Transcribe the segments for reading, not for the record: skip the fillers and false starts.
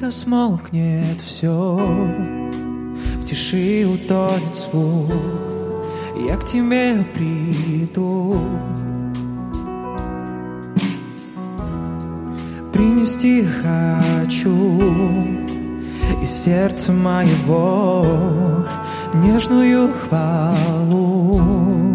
Когда смолкнет все, в тиши утонет звук, я к тебе приду. Принести хочу из сердца моего нежную хвалу.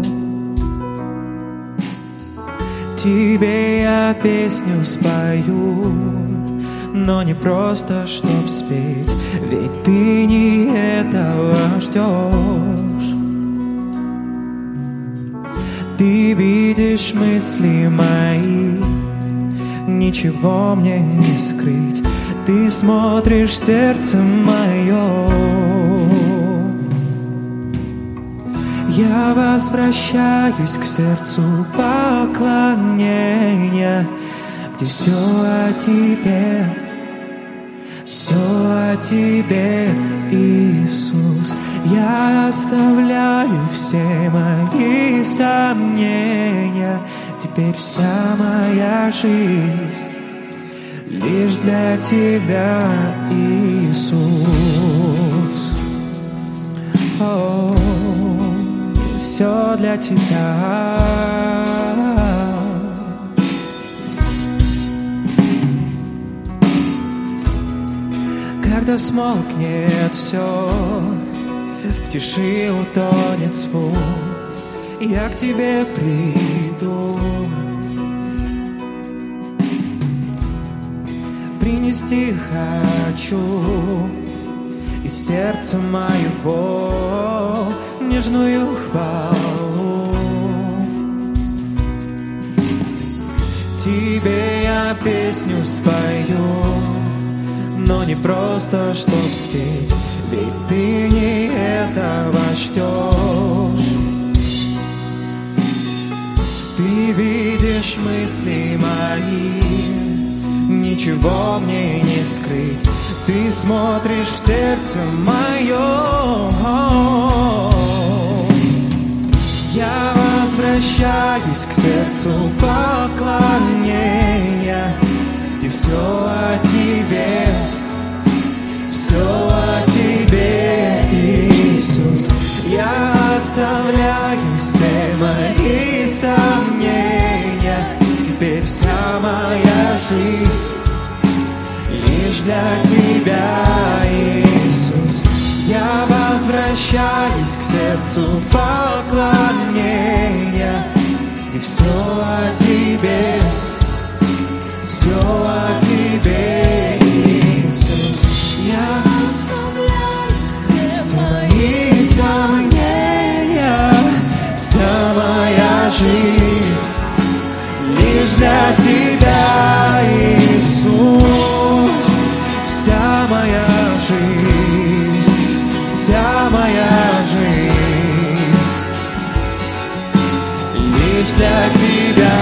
Тебе я песню спою, но не просто, чтоб спеть, ведь ты не этого ждешь. Ты видишь мысли мои, ничего мне не скрыть. Ты смотришь в сердце мое. Я возвращаюсь к сердцу поклонения, где все о тебе, все о тебе, Иисус. Я оставляю все мои сомнения. Теперь вся моя жизнь лишь для тебя, Иисус. О, все для тебя. Когда смолкнет все, в тиши утонет звук, я к тебе приду. Принести хочу из сердца моего нежную хвалу. Тебе я песню спою, но не просто, чтоб спеть, ведь ты не этого ждешь. Ты видишь мысли мои, ничего мне не скрыть. Ты смотришь в сердце мое. Я возвращаюсь к сердцу поклонения, где все о тебе, все о тебе, Иисус. Я оставляю все мои сомнения. Теперь вся моя жизнь лишь для тебя, Иисус. Я возвращаюсь к сердцу поклонения, и все о тебе, все о тебе, Иисус. Я оставляю все мои сомнения. Вся моя жизнь лишь для тебя, Иисус. Вся моя жизнь, вся моя жизнь лишь для тебя,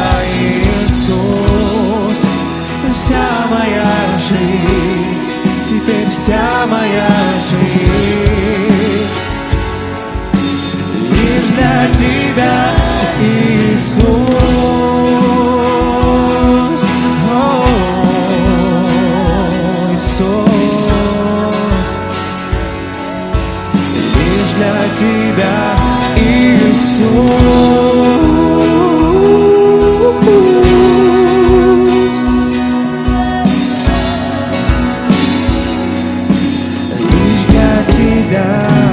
Иисус. Вся моя жизнь, теперь вся моя жизнь лишь для тебя, Иисус. Для тебя, Иисус. Лишь для тебя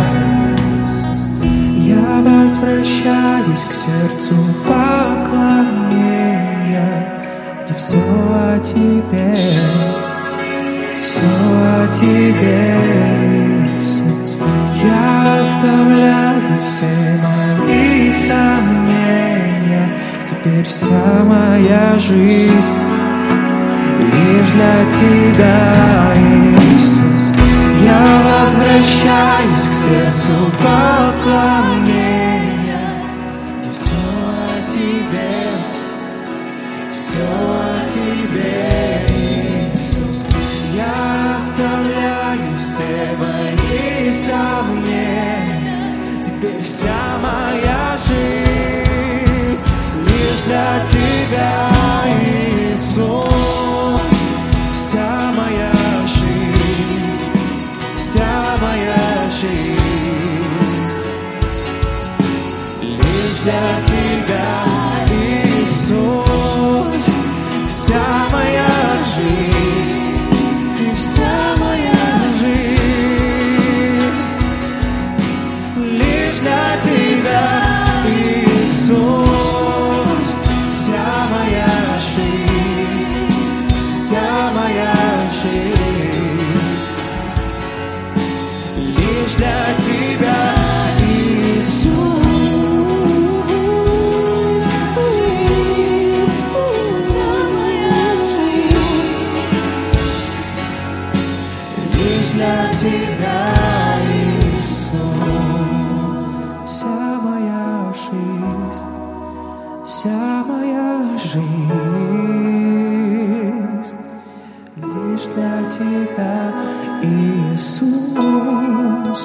я возвращаюсь к сердцу поклонения, где все о тебе, все о тебе, Иисус. Я оставляю все мои сомнения. Теперь вся моя жизнь лишь для тебя, Иисус. Я возвращаюсь к сердцу поклонения, где все о тебе, все о тебе, Иисус. Я оставляю все мои сомнения. Теперь вся моя жизнь лишь для тебя, Иисус. Вся моя жизнь лишь для Тебя, Иисус. Лишь для Тебя, Иисус, вся моя жизнь, вся моя жизнь, лишь для Тебя, Иисус.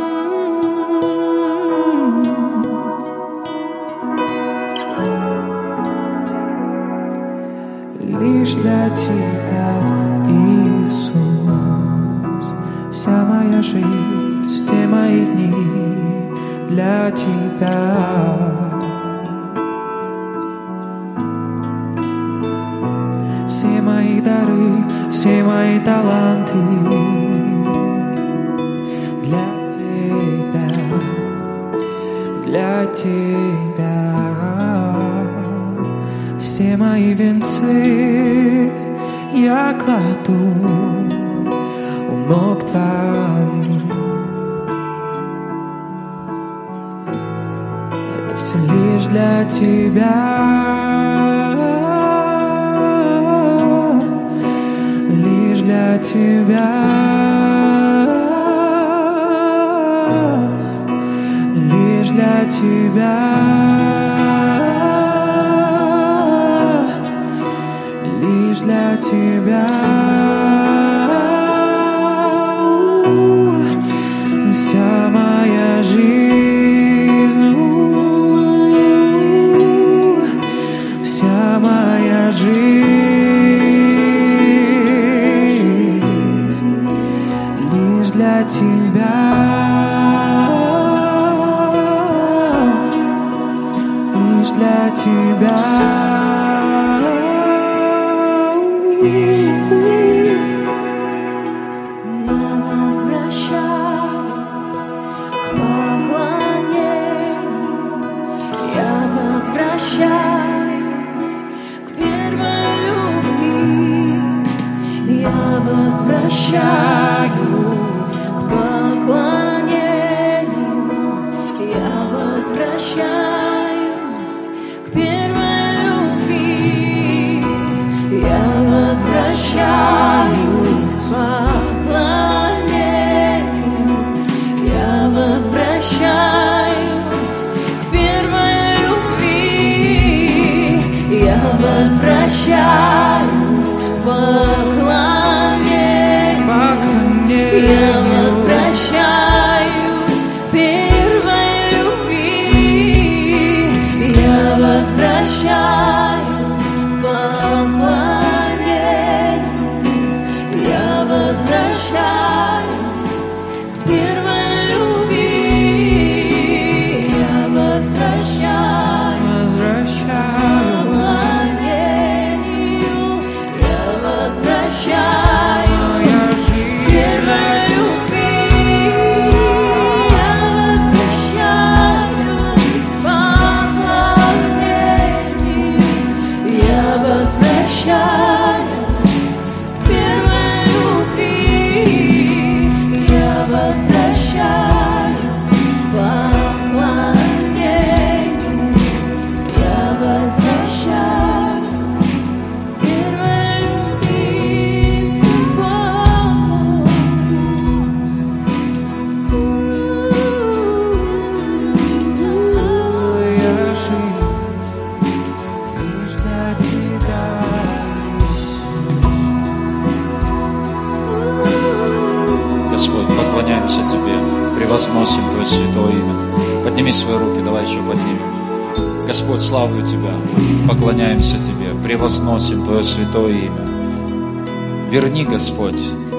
Лишь для Тебя, Иисус, вся моя жизнь, все мои дни для Тебя. Все мои дары, все мои таланты для Тебя, для Тебя. Все мои венцы я кладу у ног Твоих. Это все лишь для Тебя, лишь для Тебя, лишь для Тебя. Лишь для Тебя, вся моя жизнь, вся моя жизнь, лишь для Тебя, лишь для Тебя. Возвращаюсь к поклонению, я возвращаюсь к первой любви, я возвращаюсь к поклонению, я возвращаюсь к первой любви, я возвращаюсь к поклонению. Я возвращаюсь к первой любви, я возвращаюсь к поклонению, я возвращаюсь к первой любви, я возвращаюсь к поклонению, я возвращаюсь. Возносим Твое святое имя. Подними свои руки, давай еще поднимем. Господь, славлю Тебя, поклоняемся Тебе, превозносим Твое святое имя. Верни, Господь,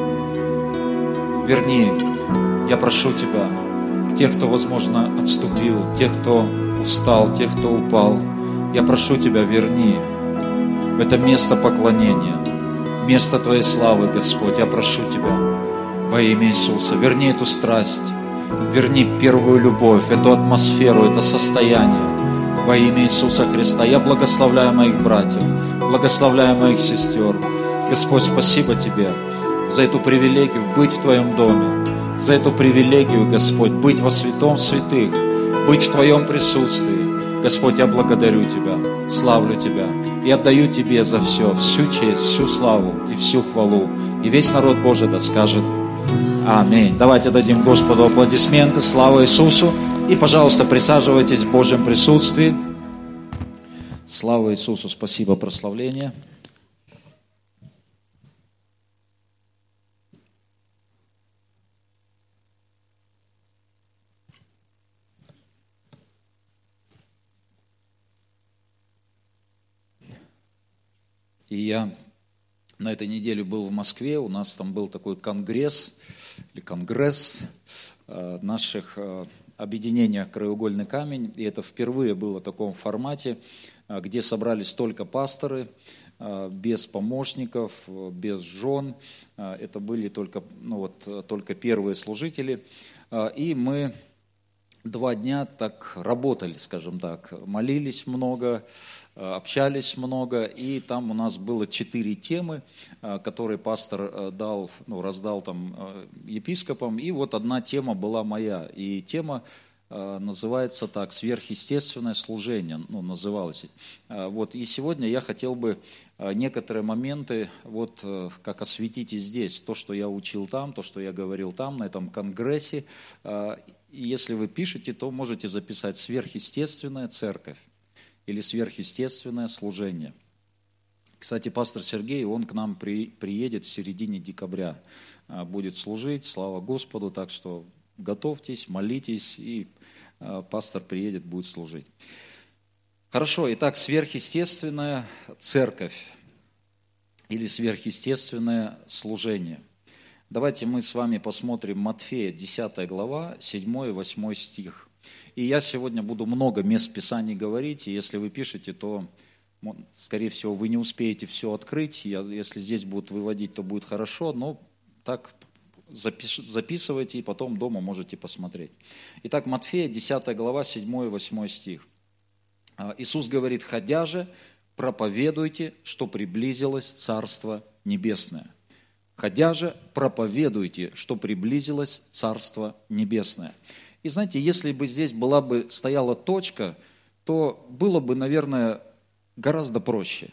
верни, я прошу Тебя, тех, кто, возможно, отступил, тех, кто устал, тех, кто упал, я прошу Тебя, верни в это место поклонения, место Твоей славы, Господь, я прошу Тебя во имя Иисуса, верни эту страсть, верни первую любовь, эту атмосферу, это состояние во имя Иисуса Христа. Я благословляю моих братьев, благословляю моих сестер. Господь, спасибо Тебе за эту привилегию быть в Твоем доме, за эту привилегию, Господь, быть во святом святых, быть в Твоем присутствии. Господь, я благодарю Тебя, славлю Тебя и отдаю Тебе за все, всю честь, всю славу и всю хвалу. И весь народ Божий да скажет аминь. Давайте дадим Господу аплодисменты, слава Иисусу. И, пожалуйста, присаживайтесь в Божьем присутствии. Слава Иисусу, спасибо, прославление. И я на этой неделе был в Москве, у нас там был такой конгресс наших объединения «Краеугольный камень», и это впервые было в таком формате, где собрались только пасторы, без помощников, без жен, это были только первые служители, и мы 2 дня так работали, скажем так, молились много, общались много, и там у нас было 4 темы, которые пастор раздал там епископам, и вот одна тема была моя, и тема называется так: «Сверхъестественное служение», называлась. И сегодня я хотел бы некоторые моменты как осветить и здесь, то, что я учил там, то, что я говорил там, на этом конгрессе. И если вы пишете, то можете записать «Сверхъестественная церковь» или «Сверхъестественное служение». Кстати, пастор Сергей, он к нам приедет в середине декабря, будет служить, слава Господу, так что готовьтесь, молитесь, и пастор приедет, будет служить. Хорошо, итак, сверхъестественная церковь или сверхъестественное служение. Давайте мы с вами посмотрим Матфея, 10 глава, 7 и 8 стих. И я сегодня буду много мест Писаний говорить, и если вы пишете, то, скорее всего, вы не успеете все открыть. Если здесь будут выводить, то будет хорошо, но так записывайте, и потом дома можете посмотреть. Итак, Матфея, 10 глава, 7 и 8 стих. Иисус говорит: «Ходя же, проповедуйте, что приблизилось Царство Небесное». «Ходя же, проповедуйте, что приблизилось Царство Небесное». И знаете, если бы здесь стояла точка, то было бы, наверное, гораздо проще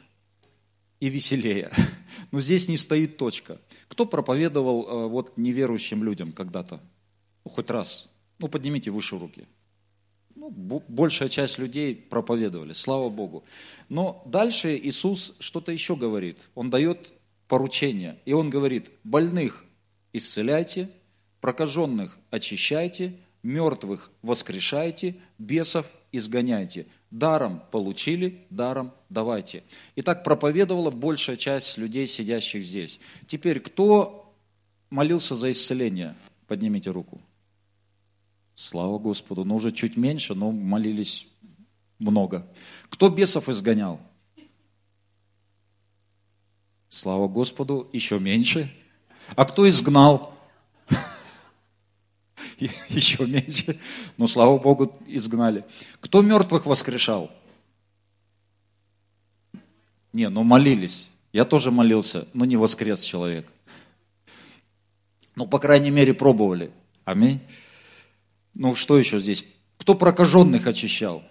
и веселее. Но здесь не стоит точка. Кто проповедовал неверующим людям когда-то? Хоть раз. Поднимите выше руки. Большая часть людей проповедовали, слава Богу. Но дальше Иисус что-то еще говорит. Он дает поручение. И Он говорит: больных исцеляйте, прокаженных очищайте, мертвых воскрешайте, бесов изгоняйте. Даром получили, даром давайте. Итак, проповедовала большая часть людей, сидящих здесь. Теперь, кто молился за исцеление? Поднимите руку. Слава Господу. Уже чуть меньше, но молились много. Кто бесов изгонял? Слава Господу, еще меньше. А кто изгнал? Еще меньше. Но, слава Богу, изгнали. Кто мертвых воскрешал? Молились. Я тоже молился, но не воскрес человек. По крайней мере, пробовали. Аминь. Что еще здесь? Кто прокаженных очищал?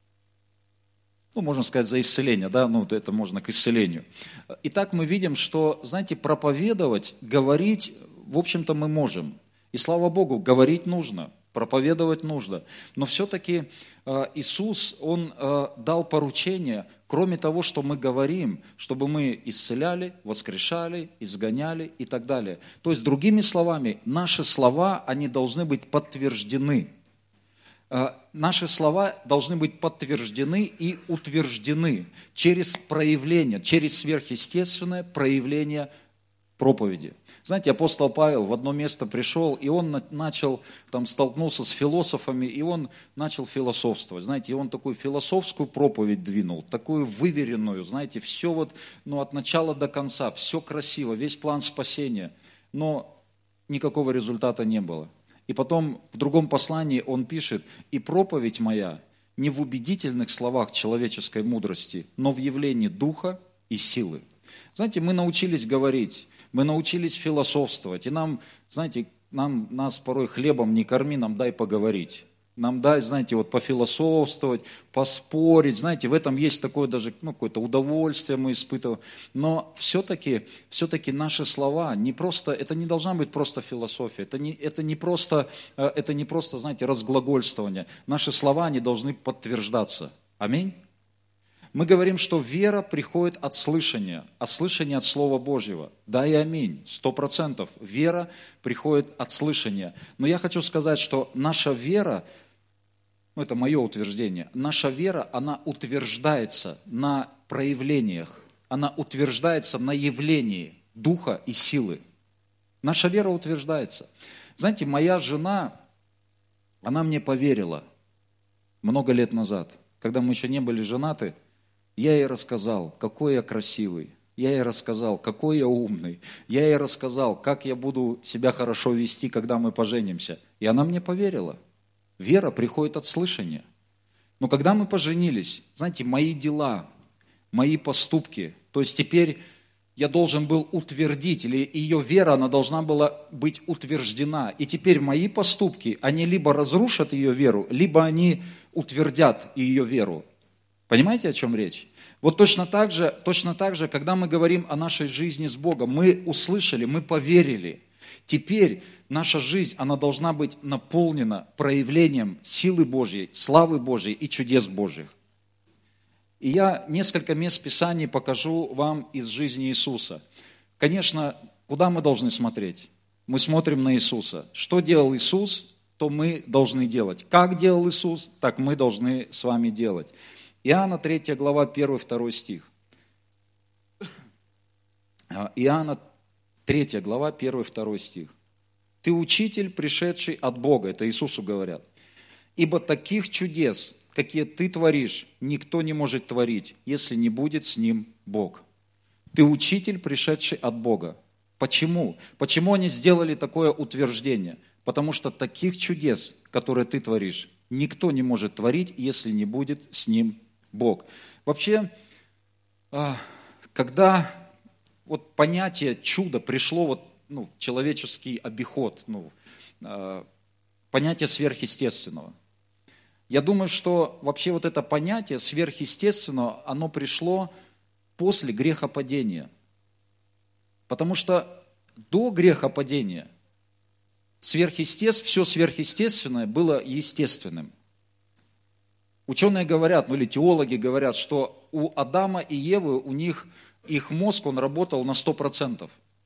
Можно сказать, за исцеление, да? Это можно к исцелению. Итак, мы видим, что, знаете, проповедовать, говорить, в общем-то, мы можем. И слава Богу, говорить нужно, проповедовать нужно. Но все-таки Иисус, Он дал поручение, кроме того, что мы говорим, чтобы мы исцеляли, воскрешали, изгоняли и так далее. То есть, другими словами, наши слова, они должны быть подтверждены. Наши слова должны быть подтверждены и утверждены через проявление, через сверхъестественное проявление проповеди. Знаете, апостол Павел в одно место пришел, и он столкнулся с философами, и он начал философствовать. Знаете, и он такую философскую проповедь двинул, такую выверенную, знаете, все от начала до конца, все красиво, весь план спасения, но никакого результата не было. И потом в другом послании он пишет: «И проповедь моя не в убедительных словах человеческой мудрости, но в явлении духа и силы». Знаете, мы научились говорить, мы научились философствовать, и нам, знаете, нас порой хлебом не корми, нам дай поговорить. Нам дай, знаете, вот пофилософствовать, поспорить. Знаете, в этом есть такое даже какое-то удовольствие мы испытываем. Но все-таки наши слова не просто, это не должна быть просто философия. Это не просто, знаете, разглагольствование. Наши слова, они должны подтверждаться. Аминь. Мы говорим, что вера приходит от слышания, а слышание от Слова Божьего. Да и аминь, 100%. Вера приходит от слышания. Но я хочу сказать, что наша вера, это мое утверждение, наша вера, она утверждается на проявлениях, она утверждается на явлении духа и силы. Наша вера утверждается. Знаете, моя жена, она мне поверила много лет назад, когда мы еще не были женаты. Я ей рассказал, какой я красивый, я ей рассказал, какой я умный, я ей рассказал, как я буду себя хорошо вести, когда мы поженимся. И она мне поверила. Вера приходит от слышания. Но когда мы поженились, знаете, мои дела, мои поступки, то есть теперь я должен был утвердить, или ее вера, она должна была быть утверждена. И теперь мои поступки, они либо разрушат ее веру, либо они утвердят ее веру. Понимаете, о чем речь? Вот точно так же, когда мы говорим о нашей жизни с Богом, мы услышали, мы поверили. Теперь наша жизнь, она должна быть наполнена проявлением силы Божьей, славы Божьей и чудес Божьих. И я несколько мест Писаний покажу вам из жизни Иисуса. Конечно, куда мы должны смотреть? Мы смотрим на Иисуса. Что делал Иисус, то мы должны делать. Как делал Иисус, так мы должны с вами делать. Иоанна 3 глава, 1-2 стих. Иоанна 3 глава, 1-2 стих. «Ты учитель, пришедший от Бога», это Иисусу говорят, «ибо таких чудес, какие ты творишь, никто не может творить, если не будет с ним Бог». Ты учитель, пришедший от Бога. Почему? Почему они сделали такое утверждение? Потому что таких чудес, которые ты творишь, никто не может творить, если не будет с ним Бог. Вообще, когда вот понятие чуда пришло в человеческий обиход, понятие сверхъестественного, я думаю, что вообще вот это понятие сверхъестественного, оно пришло после грехопадения. Потому что до грехопадения все сверхъестественное было естественным. Ученые говорят, или теологи говорят, что у Адама и Евы, их мозг, он работал на 100%.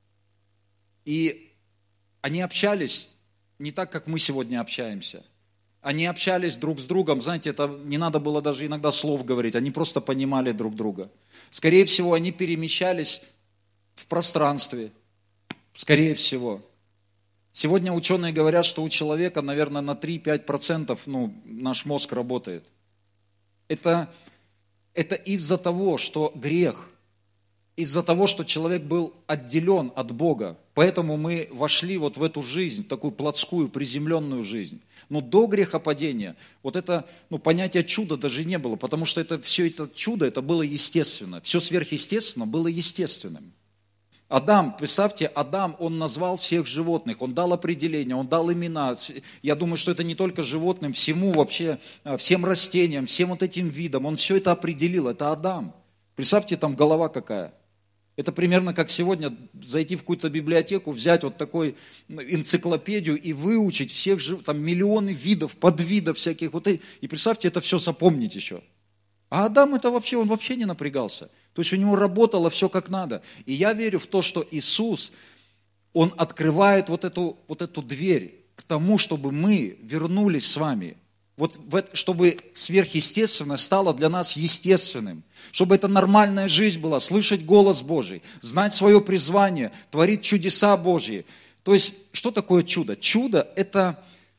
И они общались не так, как мы сегодня общаемся. Они общались друг с другом, знаете, это не надо было даже иногда слов говорить, они просто понимали друг друга. Скорее всего, они перемещались в пространстве, скорее всего. Сегодня ученые говорят, что у человека, наверное, на 3-5% наш мозг работает. Это из-за того, что грех, из-за того, что человек был отделен от Бога. Поэтому мы вошли в эту жизнь, такую плотскую, приземленную жизнь. Но до грехопадения понятия чуда даже не было, потому что все это чудо, это было естественно. Все сверхъестественно было естественным. Адам, представьте, Адам, он назвал всех животных, он дал определения, он дал имена. Я думаю, что это не только животным, всему вообще, всем растениям, всем этим видам, он все это определил, это Адам. Представьте, там голова какая. Это примерно как сегодня зайти в какую-то библиотеку, взять такую энциклопедию и выучить всех, там миллионы видов, подвидов всяких, и представьте, это все запомнить еще. А Адам он вообще не напрягался. То есть у него работало все как надо. И я верю в то, что Иисус, Он открывает эту дверь к тому, чтобы мы вернулись с вами. Чтобы сверхъестественное стало для нас естественным. Чтобы это нормальная жизнь была, слышать голос Божий, знать свое призвание, творить чудеса Божьи. То есть, что такое чудо? Чудо – это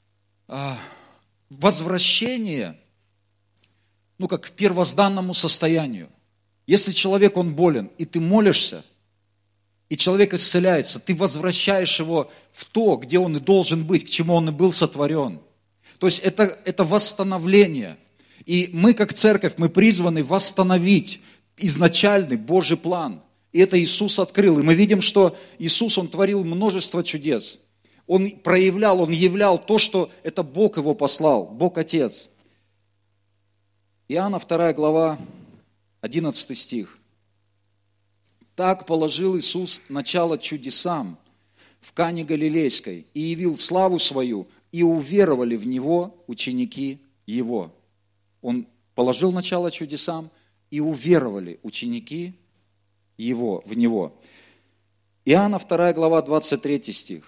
возвращение, как к первозданному состоянию. Если человек, он болен, и ты молишься, и человек исцеляется, ты возвращаешь его в то, где он и должен быть, к чему он и был сотворен. То есть это восстановление. И мы, как церковь, мы призваны восстановить изначальный Божий план. И это Иисус открыл. И мы видим, что Иисус, Он творил множество чудес. Он проявлял, он являл то, что это Бог его послал, Бог Отец. Иоанна 2 глава, 11 стих. «Так положил Иисус начало чудесам в Кане Галилейской и явил славу свою, и уверовали в Него ученики Его». Он положил начало чудесам, и уверовали ученики Его, в Него. Иоанна 2 глава, 23 стих.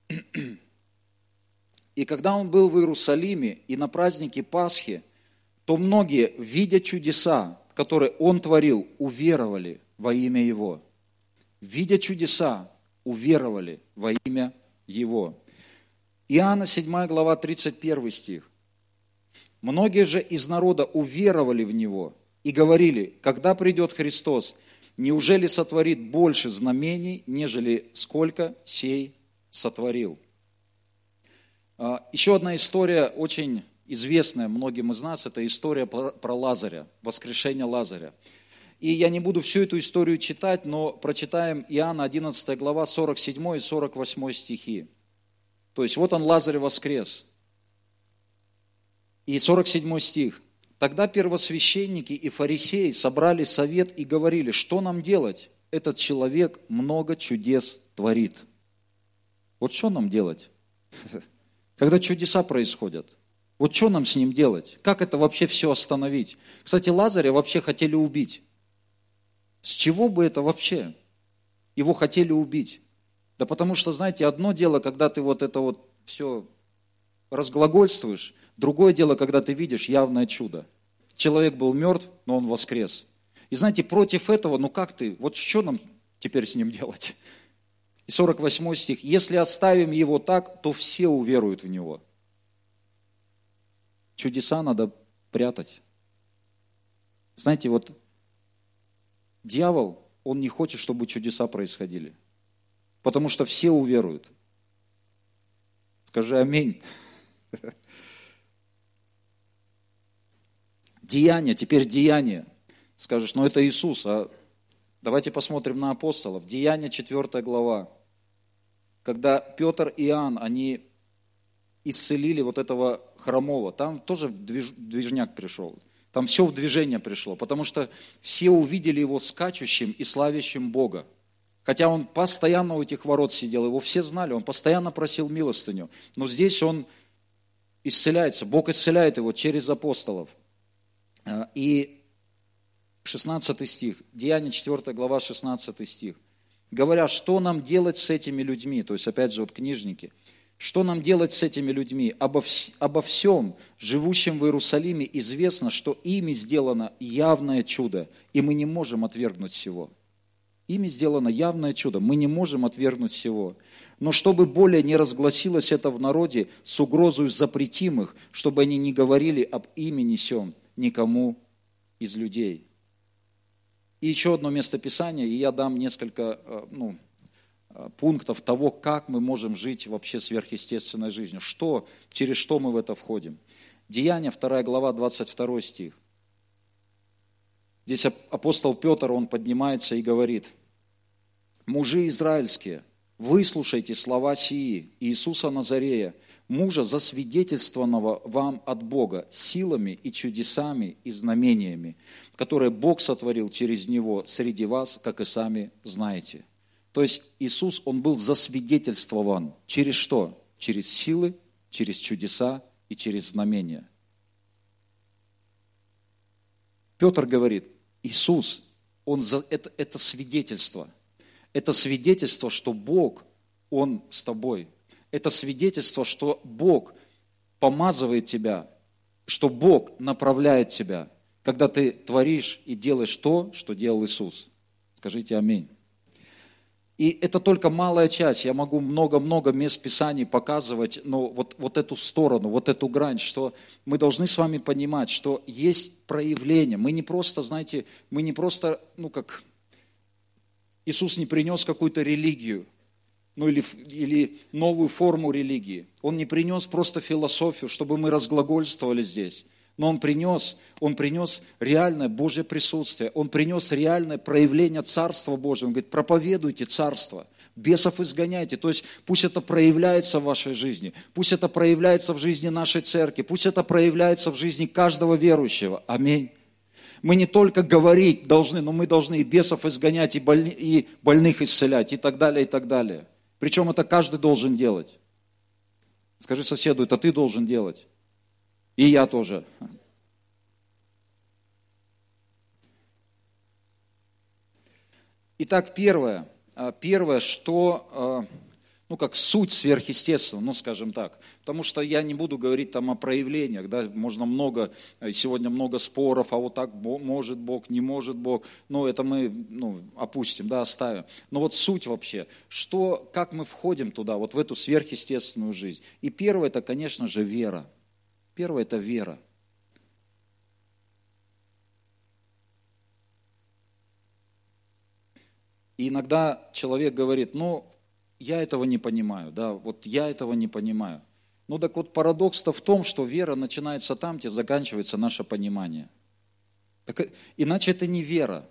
«И когда Он был в Иерусалиме и на празднике Пасхи, то многие, видя чудеса, которые Он творил, уверовали во имя Его». Видя чудеса, уверовали во имя Его. Иоанна 7 глава, 31 стих. «Многие же из народа уверовали в Него и говорили: когда придет Христос, неужели сотворит больше знамений, нежели сколько сей сотворил?» Еще одна история, очень известная многим из нас, это история про Лазаря, воскрешение Лазаря. И я не буду всю эту историю читать, но прочитаем Иоанна 11 глава, 47 и 48 стихи. То есть вот он, Лазарь, воскрес. И 47 стих. «Тогда первосвященники и фарисеи собрали совет и говорили: что нам делать? Этот человек много чудес творит». Вот что нам делать, когда чудеса происходят? Вот что нам с ним делать? Как это вообще все остановить? Кстати, Лазаря вообще хотели убить. С чего бы это вообще? Его хотели убить. Да потому что, знаете, одно дело, когда ты вот это вот все разглагольствуешь, другое дело, когда ты видишь явное чудо. Человек был мертв, но он воскрес. И знаете, против этого, вот что нам теперь с ним делать? И 48 стих. «Если оставим его так, то все уверуют в него». Чудеса надо прятать. Знаете, вот дьявол, он не хочет, чтобы чудеса происходили. Потому что все уверуют. Скажи аминь. Деяния, теперь деяния. Скажешь, это Иисус. А давайте посмотрим на апостолов. Деяния 4 глава. Когда Петр и Иоанн, они исцелили вот этого хромого, там тоже движняк пришел. Там все в движение пришло, потому что все увидели его скачущим и славящим Бога. Хотя он постоянно у этих ворот сидел, его все знали, он постоянно просил милостыню. Но здесь он исцеляется, Бог исцеляет его через апостолов. И 16 стих, Деяния 4 глава, 16 стих. Говоря, что нам делать с этими людьми, то есть опять же вот книжники, что нам делать с этими людьми? Обо всем, живущем в Иерусалиме, известно, что ими сделано явное чудо, и мы не можем отвергнуть всего. Ими сделано явное чудо, мы не можем отвергнуть всего. Но чтобы более не разгласилось это в народе, с угрозой запретим их, чтобы они не говорили об имени сем никому из людей. И еще одно местописание, и я дам несколько пунктов того, как мы можем жить вообще сверхъестественной жизнью. Через что мы в это входим. Деяния 2 глава, 22 стих. Здесь апостол Петр, он поднимается и говорит: «Мужи израильские, выслушайте слова сии Иисуса Назарея, мужа, засвидетельствованного вам от Бога силами и чудесами и знамениями, которые Бог сотворил через Него среди вас, как и сами знаете». То есть Иисус, Он был засвидетельствован. Через что? Через силы, через чудеса и через знамения. Петр говорит, Иисус, это свидетельство. Это свидетельство, что Бог, Он с тобой. Это свидетельство, что Бог помазывает тебя, что Бог направляет тебя, когда ты творишь и делаешь то, что делал Иисус. Скажите аминь. И это только малая часть. Я могу много-много мест Писаний показывать, но вот эту сторону, вот эту грань, что мы должны с вами понимать, что есть проявление. Мы не просто, знаете, как Иисус не принес какую-то религию, или новую форму религии. Он не принес просто философию, чтобы мы разглагольствовали здесь. Но Он принес реальное Божье присутствие, Он принес реальное проявление Царства Божьего. Он говорит, проповедуйте Царство, Бесов изгоняйте. То есть пусть это проявляется в вашей жизни, пусть это проявляется в жизни нашей церкви, пусть это проявляется в жизни каждого верующего. Аминь. Мы не только говорить должны, но мы должны и бесов изгонять, и больных исцелять, и так далее, и так далее. Причем это каждый должен делать. Скажи соседу, это ты должен делать. И я тоже. Итак, первое, что, как суть сверхъестественного, скажем так. Потому что я не буду говорить там о проявлениях, да, можно много, сегодня много споров, а вот так может Бог, не может Бог, это мы, опустим, да, оставим. Но вот суть вообще, как мы входим туда, вот в эту сверхъестественную жизнь. И первое, это, конечно же, вера. Первое, это вера. И иногда человек говорит, я этого не понимаю, да, вот я этого не понимаю. Так вот парадокс-то в том, что вера начинается там, где заканчивается наше понимание. Иначе это не вера.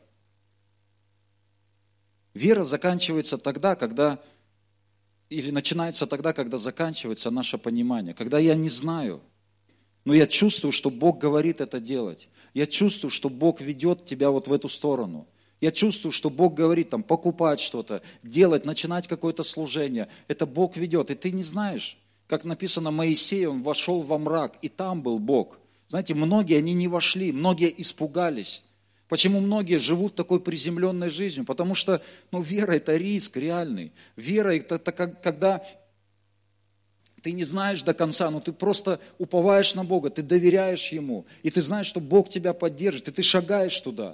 Вера заканчивается тогда, или начинается тогда, когда заканчивается наше понимание, когда я не знаю, но я чувствую, что Бог говорит это делать. Я чувствую, что Бог ведет тебя вот в эту сторону. Я чувствую, что Бог говорит там покупать что-то, делать, начинать какое-то служение. Это Бог ведет. И ты не знаешь, как написано Моисей, он вошел во мрак, и там был Бог. Знаете, многие, они не вошли, многие испугались. Почему многие живут такой приземленной жизнью? Потому что, вера – это риск реальный. Вера – это когда ты не знаешь до конца, но ты просто уповаешь на Бога, ты доверяешь Ему, и ты знаешь, что Бог тебя поддержит, и ты шагаешь туда.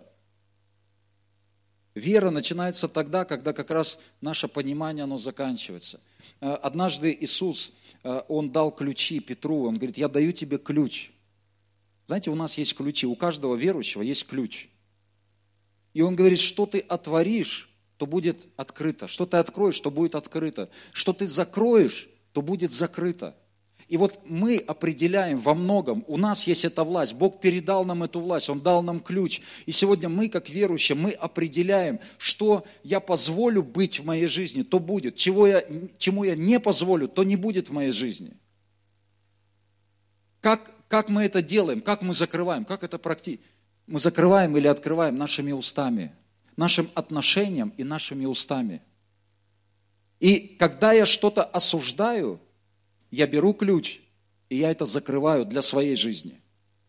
Вера начинается тогда, когда как раз наше понимание, оно заканчивается. Однажды Иисус, Он дал ключи Петру, Он говорит, я даю тебе ключ. Знаете, у нас есть ключи, у каждого верующего есть ключ. И Он говорит, что ты отворишь, то будет открыто. Что ты откроешь, то будет открыто. Что ты закроешь, то будет закрыто. И вот мы определяем во многом, у нас есть эта власть, Бог передал нам эту власть, Он дал нам ключ. И сегодня мы, как верующие, мы определяем, что я позволю быть в моей жизни, то будет. Чему я не позволю, то не будет в моей жизни. Как мы это делаем, как мы закрываем, как это практически? Мы закрываем или открываем нашими устами, нашим отношением и нашими устами. И когда я что-то осуждаю, я беру ключ, и я это закрываю для своей жизни.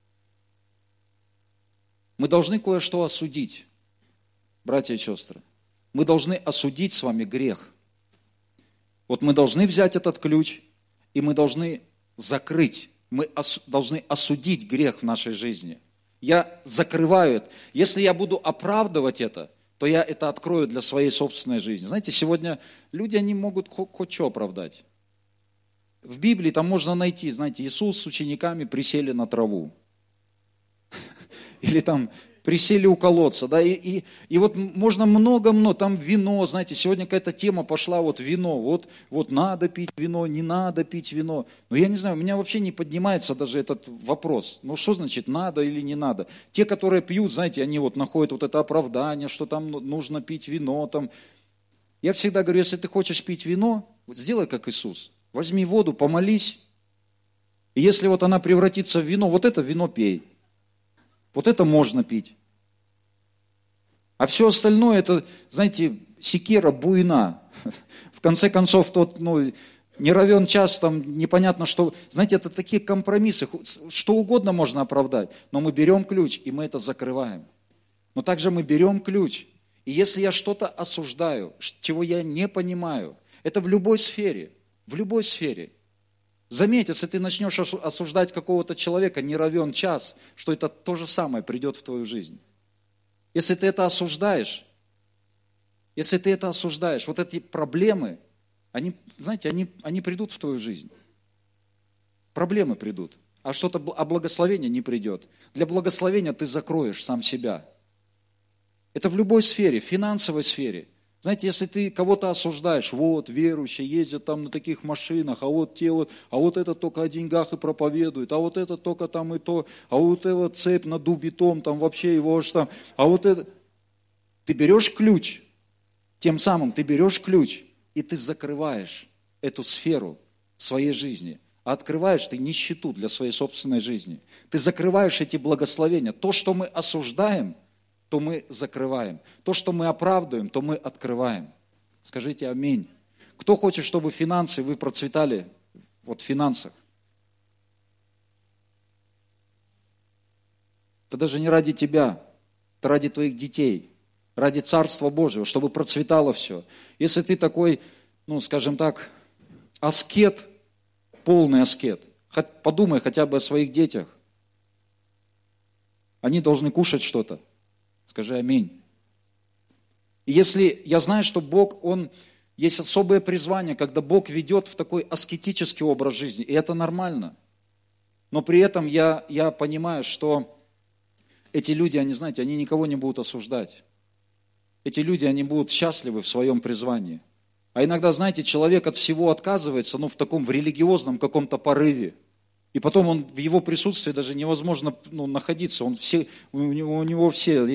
Мы должны кое-что осудить, братья и сестры. Мы должны осудить с вами грех. Вот мы должны взять этот ключ, и мы должны закрыть. Мы должны осудить грех в нашей жизни. Я закрываю это. Если я буду оправдывать это, то я это открою для своей собственной жизни. Знаете, сегодня люди, они могут хоть что оправдать. В Библии там можно найти, знаете, Иисус с учениками присели на траву. Или там присели у колодца, да, и вот можно много-много, там вино, знаете, сегодня какая-то тема пошла, вот вино, вот надо пить вино, не надо пить вино. Но я не знаю, у меня вообще не поднимается даже этот вопрос. Что значит надо или не надо? Те, которые пьют, знаете, они вот находят вот это оправдание, что там нужно пить вино, там. Я всегда говорю, если ты хочешь пить вино, вот сделай как Иисус. Возьми воду, помолись, и если вот она превратится в вино, вот это вино пей. Вот это можно пить. А все остальное, это, знаете, секера буйна. В конце концов, не равен час, там непонятно что. Знаете, это такие компромиссы, что угодно можно оправдать. Но мы берем ключ, и мы это закрываем. Но также мы берем ключ. И если я что-то осуждаю, чего я не понимаю, это в любой сфере. В любой сфере. Заметь, если ты начнешь осуждать какого-то человека, не равен час, что это то же самое придет в твою жизнь. Если ты это осуждаешь, вот эти проблемы, они, знаете, они придут в твою жизнь. Проблемы придут, а благословение не придет. Для благословения ты закроешь сам себя. Это в любой сфере, в финансовой сфере. Знаете, если ты кого-то осуждаешь, вот, верующие ездят там на таких машинах, а вот этот только о деньгах и проповедует, а вот этот только там и то, а вот эта цепь на дубе том, там вообще его аж там, а вот это... Ты берешь ключ, тем самым ты берешь ключ, и ты закрываешь эту сферу в своей жизни, а открываешь ты нищету для своей собственной жизни. Ты закрываешь эти благословения. То, что мы осуждаем, то мы закрываем. То, что мы оправдываем, то мы открываем. Скажите аминь. Кто хочет, чтобы финансы, вы процветали вот в финансах? Это даже не ради тебя, это ради твоих детей, ради Царства Божьего, чтобы процветало все. Если ты такой, скажем так, аскет, полный аскет, подумай хотя бы о своих детях. Они должны кушать что-то. Скажи аминь. И если я знаю, что Бог, есть особое призвание, когда Бог ведет в такой аскетический образ жизни, и это нормально. Но при этом я понимаю, что эти люди, они никого не будут осуждать. Эти люди, они будут счастливы в своем призвании. А иногда, человек от всего отказывается, в религиозном каком-то порыве. И потом в его присутствии даже невозможно находиться. У него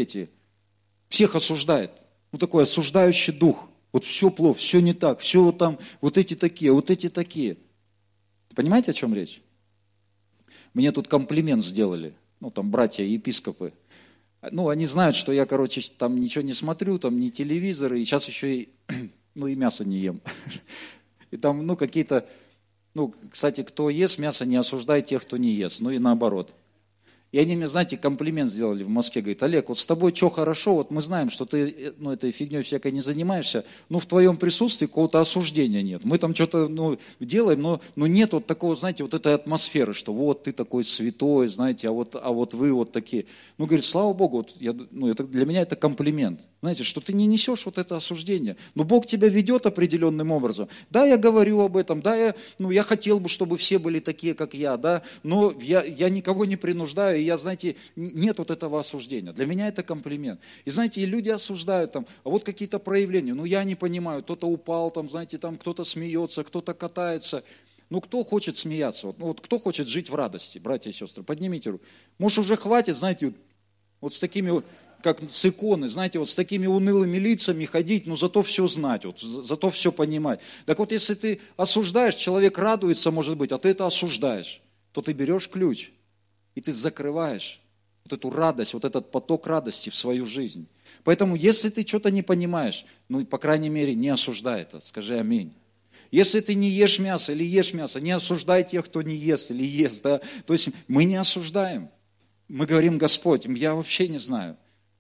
всех осуждает. Такой осуждающий дух. Вот все плохо, все не так, все там, вот эти такие. Понимаете, о чем речь? Мне тут комплимент сделали. Братья-епископы. Они знают, что я, там ничего не смотрю, там ни телевизор, и сейчас еще и мясо не ем. И там, какие-то, кстати, кто ест мясо, не осуждай тех, кто не ест, и наоборот. И они мне, комплимент сделали в Москве, говорит: Олег, вот с тобой что хорошо, вот мы знаем, что ты, этой фигней всякой не занимаешься, в твоем присутствии какого-то осуждения нет. Мы там что-то, делаем, но нет вот такого, вот этой атмосферы, что вот ты такой святой, а вот вы вот такие. Говорит, слава Богу, это, для меня это комплимент. Что ты не несешь вот это осуждение. Но Бог тебя ведет определенным образом. Да, я говорю об этом, да, я хотел бы, чтобы все были такие, как я, да, но я никого не принуждаю, и нет вот этого осуждения. Для меня это комплимент. И и люди осуждают а вот какие-то проявления, я не понимаю, кто-то упал, там кто-то смеется, кто-то катается. Кто хочет смеяться? Вот кто хочет жить в радости, братья и сестры? Поднимите руку. Может, уже хватит, вот с такими как с иконы, вот с такими унылыми лицами ходить, но зато все знать, зато все понимать. Так вот, если ты осуждаешь, человек радуется, может быть, а ты это осуждаешь, то ты берешь ключ, и ты закрываешь вот эту радость, вот этот поток радости в свою жизнь. Поэтому, если ты что-то не понимаешь, по крайней мере, не осуждай это, скажи аминь. Если ты не ешь мясо или ешь мясо, не осуждай тех, кто не ест или ест. Да? То есть мы не осуждаем. Мы говорим: Господь, я вообще не знаю.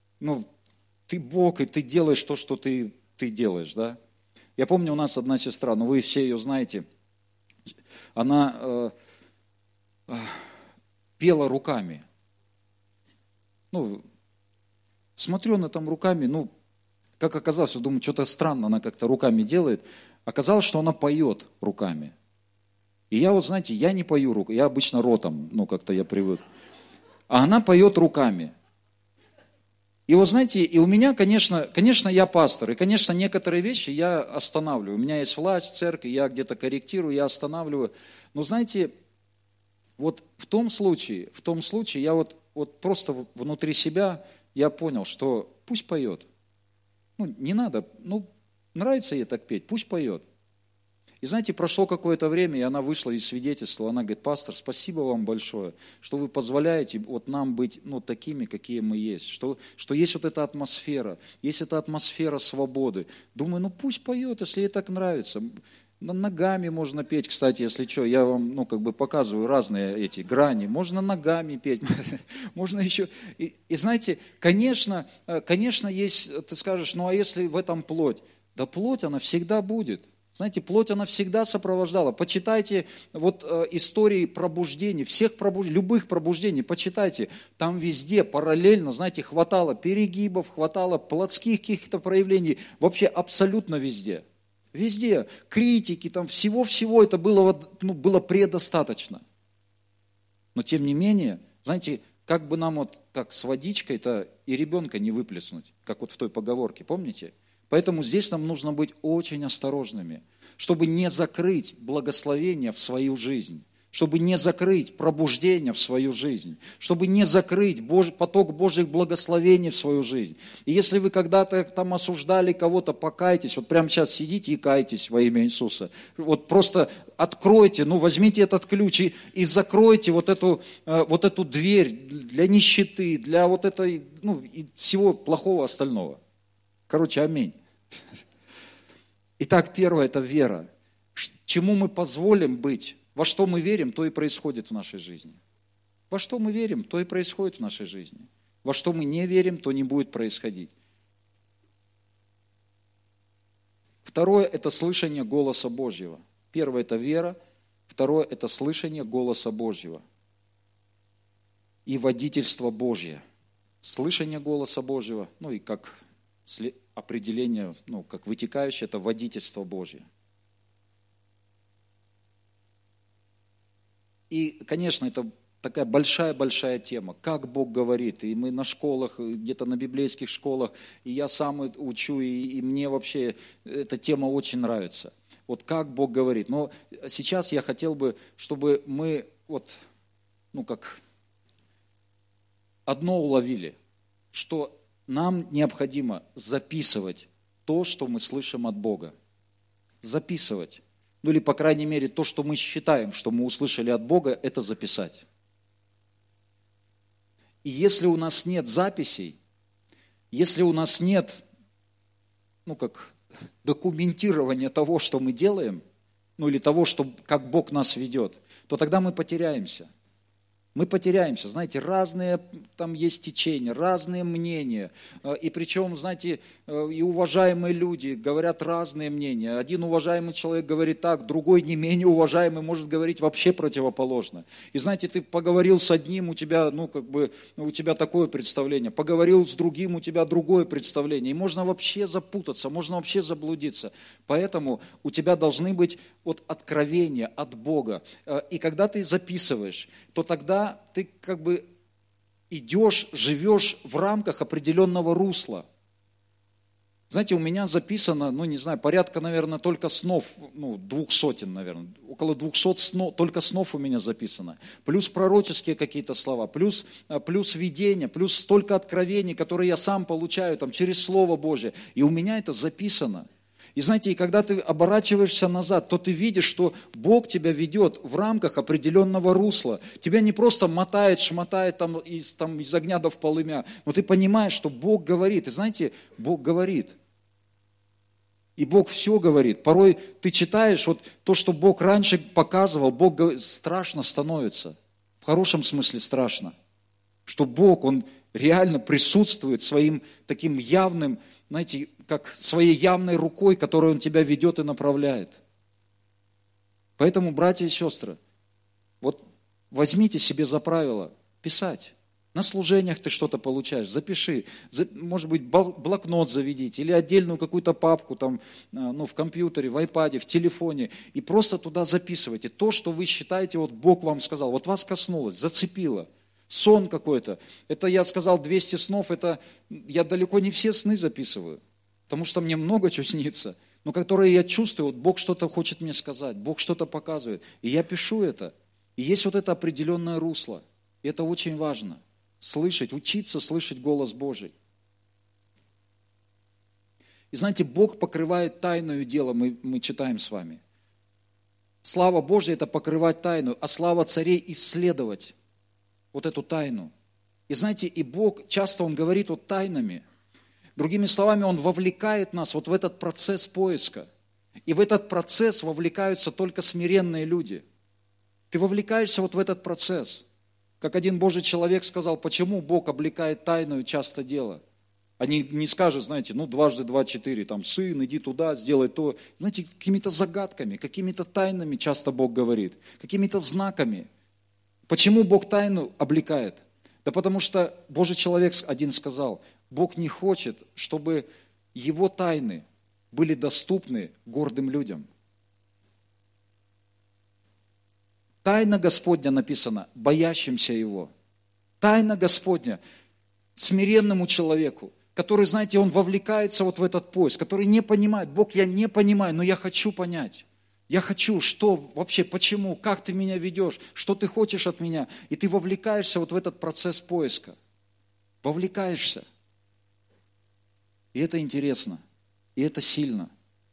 Ты Бог, и ты делаешь то, что ты делаешь. Да? Я помню, у нас одна сестра, вы все ее знаете, она пела руками. Смотрю, она там руками, как оказалось, я думаю, что-то странно, она как-то руками делает. Оказалось, что она поет руками. И я я не пою руками, я обычно ротом, как-то я привык. А она поет руками. И и у меня, конечно, я пастор, и, конечно, некоторые вещи я останавливаю. У меня есть власть в церкви, я где-то корректирую, я останавливаю. Но вот в том случае я вот просто внутри себя я понял, что пусть поет. Не надо, нравится ей так петь, пусть поет. И прошло какое-то время, и она вышла и свидетельствовала. Она говорит: пастор, спасибо вам большое, что вы позволяете нам быть такими, какие мы есть. Что есть вот эта атмосфера, есть эта атмосфера свободы. Думаю, пусть поет, если ей так нравится. Ногами можно петь, кстати, если что, я вам показываю разные эти грани. Можно ногами петь, можно еще. И конечно, есть, ты скажешь, а если в этом плоть? Да плоть, она всегда будет. Плоть, она всегда сопровождала. Почитайте истории пробуждений, любых пробуждений, почитайте. Там везде параллельно, хватало перегибов, хватало плотских каких-то проявлений. Вообще абсолютно везде. Везде. Критики, там всего-всего это было предостаточно. Но тем не менее, как бы нам как с водичкой-то и ребенка не выплеснуть, как в той поговорке, помните? Поэтому здесь нам нужно быть очень осторожными, чтобы не закрыть благословение в свою жизнь. чтобы не закрыть пробуждение в свою жизнь, чтобы не закрыть поток Божьих благословений в свою жизнь. И если вы когда-то там осуждали кого-то, покайтесь, вот прямо сейчас сидите и кайтесь во имя Иисуса. Вот просто откройте, возьмите этот ключ и закройте вот эту дверь для нищеты, для вот этой, и всего плохого остального. Короче, аминь. Итак, первое – это вера. Чему мы позволим быть? Во что мы верим, то и происходит в нашей жизни. Во что мы верим, то и происходит в нашей жизни. Во что мы не верим, то не будет происходить. Второе – это слышание голоса Божьего. Первое – это вера. Второе – это слышание голоса Божьего. И водительство Божье. Слышание голоса Божьего, и как определение, как вытекающее, это водительство Божье. И, конечно, это такая большая-большая тема, как Бог говорит. И мы на школах, где-то на библейских школах, и я сам учу, и мне вообще эта тема очень нравится. Вот как Бог говорит. Но сейчас я хотел бы, чтобы мы как одно уловили, что нам необходимо записывать то, что мы слышим от Бога. Записывать. Или, по крайней мере, то, что мы считаем, что мы услышали от Бога, это записать. И если у нас нет записей, если у нас нет, документирования того, что мы делаем, или того, как Бог нас ведет, то тогда мы потеряемся. Мы потеряемся. Знаете, разные там есть течения, разные мнения. И причем, знаете, и уважаемые люди говорят разные мнения. Один уважаемый человек говорит так, другой не менее уважаемый может говорить вообще противоположно. И знаете, ты поговорил с одним, у тебя, у тебя такое представление. Поговорил с другим, у тебя другое представление. И можно вообще запутаться, можно вообще заблудиться. Поэтому у тебя должны быть откровения от Бога. И когда ты записываешь, то тогда ты идешь, живешь в рамках определенного русла. Знаете, у меня записано, порядка, наверное, только снов, 200, наверное, около 200 снов, только снов у меня записано. Плюс пророческие какие-то слова, плюс видения, плюс столько откровений, которые я сам получаю через Слово Божие. И у меня это записано. И знаете, и когда ты оборачиваешься назад, то ты видишь, что Бог тебя ведет в рамках определенного русла. Тебя не просто мотает, шмотает из огня до в полымя, но ты понимаешь, что Бог говорит. И знаете, Бог говорит. И Бог все говорит. Порой ты читаешь то, что Бог раньше показывал, Бог страшно становится. В хорошем смысле страшно. Что Бог, Он реально присутствует своим таким явным, знаете, как своей явной рукой, которой Он тебя ведет и направляет. Поэтому, братья и сестры, возьмите себе за правило писать. На служениях ты что-то получаешь, запиши. Может быть, блокнот заведите или отдельную какую-то папку в компьютере, в айпаде, в телефоне. И просто туда записывайте то, что вы считаете, Бог вам сказал. Вас коснулось, зацепило. Сон какой-то. Это я сказал 200 снов, это я далеко не все сны записываю. Потому что мне много чего снится, но которые я чувствую, Бог что-то хочет мне сказать, Бог что-то показывает. И я пишу это. И есть это определенное русло. И это очень важно. Слышать, учиться слышать голос Божий. И знаете, Бог покрывает тайную дело, мы читаем с вами. Слава Божья – это покрывать тайну, а слава царей – исследовать эту тайну. И знаете, и Бог, часто Он говорит тайнами. Другими словами, Он вовлекает нас в этот процесс поиска. И в этот процесс вовлекаются только смиренные люди. Ты вовлекаешься в этот процесс. Как один Божий человек сказал, почему Бог облекает тайную часто дело. Они не скажут, знаете, 2 × 2 = 4, сын, иди туда, сделай то. Знаете, какими-то загадками, какими-то тайнами часто Бог говорит, какими-то знаками. Почему Бог тайну облекает? Да потому что Божий человек один сказал, Бог не хочет, чтобы Его тайны были доступны гордым людям. Тайна Господня написано боящимся Его. Тайна Господня смиренному человеку, который, знаете, он вовлекается в этот поиск, который не понимает. Бог, я не понимаю, но я хочу понять. Я хочу, что вообще, почему, как ты меня ведешь, что ты хочешь от меня. И ты вовлекаешься вот в этот процесс поиска. Вовлекаешься. И это интересно. И это сильно.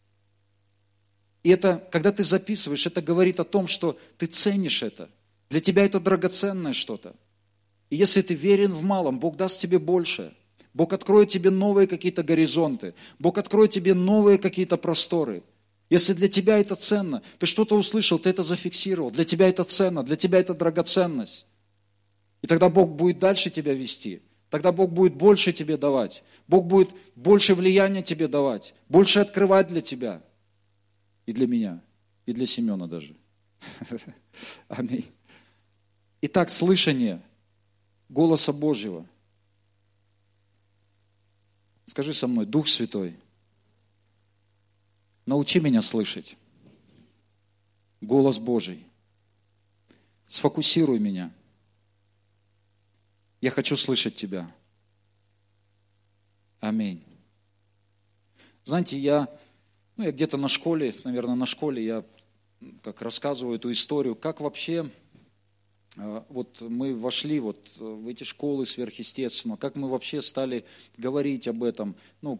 И это, когда ты записываешь, это говорит о том, что ты ценишь это. Для тебя это драгоценное что-то. И если ты верен в малом, Бог даст тебе больше. Бог откроет тебе новые какие-то горизонты. Бог откроет тебе новые какие-то просторы. Если для тебя это ценно, ты что-то услышал, ты это зафиксировал, для тебя это ценно, для тебя это драгоценность. И тогда Бог будет дальше тебя вести, тогда Бог будет больше тебе давать, Бог будет больше влияния тебе давать, больше открывать для тебя. И для меня, и для Семена даже. Аминь. Итак, слышание голоса Божьего. Скажи со мной: Дух Святой, научи меня слышать голос Божий. Сфокусируй меня. Я хочу слышать Тебя. Аминь. Знаете, я где-то на школе, наверное, я как рассказываю эту историю, как вообще вот мы вошли вот в эти школы сверхъестественного, как мы вообще стали говорить об этом,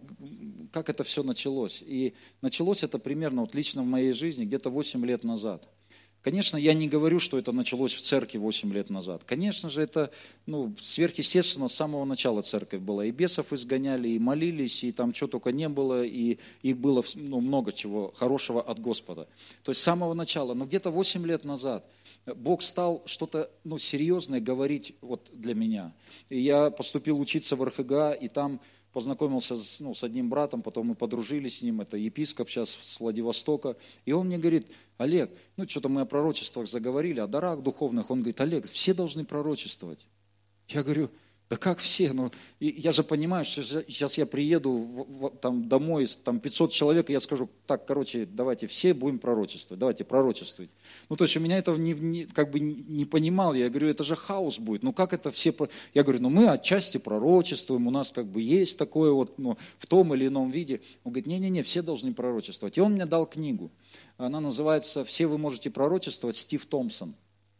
как это все началось. И началось это примерно вот лично в моей жизни где-то 8 лет назад. Конечно, я не говорю, что это началось в церкви 8 лет назад. Конечно же, это сверхъестественно с самого начала церковь была. И бесов изгоняли, и молились, и там что только не было, и было много чего хорошего от Господа. То есть с самого начала, но где-то 8 лет назад Бог стал что-то серьезное говорить вот для меня. И я поступил учиться в РХГА, и там познакомился с одним братом, потом мы подружились с ним, это епископ сейчас с Владивостока, и он мне говорит: Олег, что-то мы о пророчествах заговорили, о дарах духовных, он говорит: Олег, все должны пророчествовать. Я говорю: да как все? Я же понимаю, что сейчас я приеду там домой, там 500 человек, и я скажу: так, давайте все будем пророчествовать, давайте пророчествовать. То есть у меня этого не понимал, я говорю: это же хаос будет, как это все... Я говорю: мы отчасти пророчествуем, у нас есть такое в том или ином виде. Он говорит: не-не-не, все должны пророчествовать. И он мне дал книгу, она называется «Все вы можете пророчествовать», Стив Томпсон.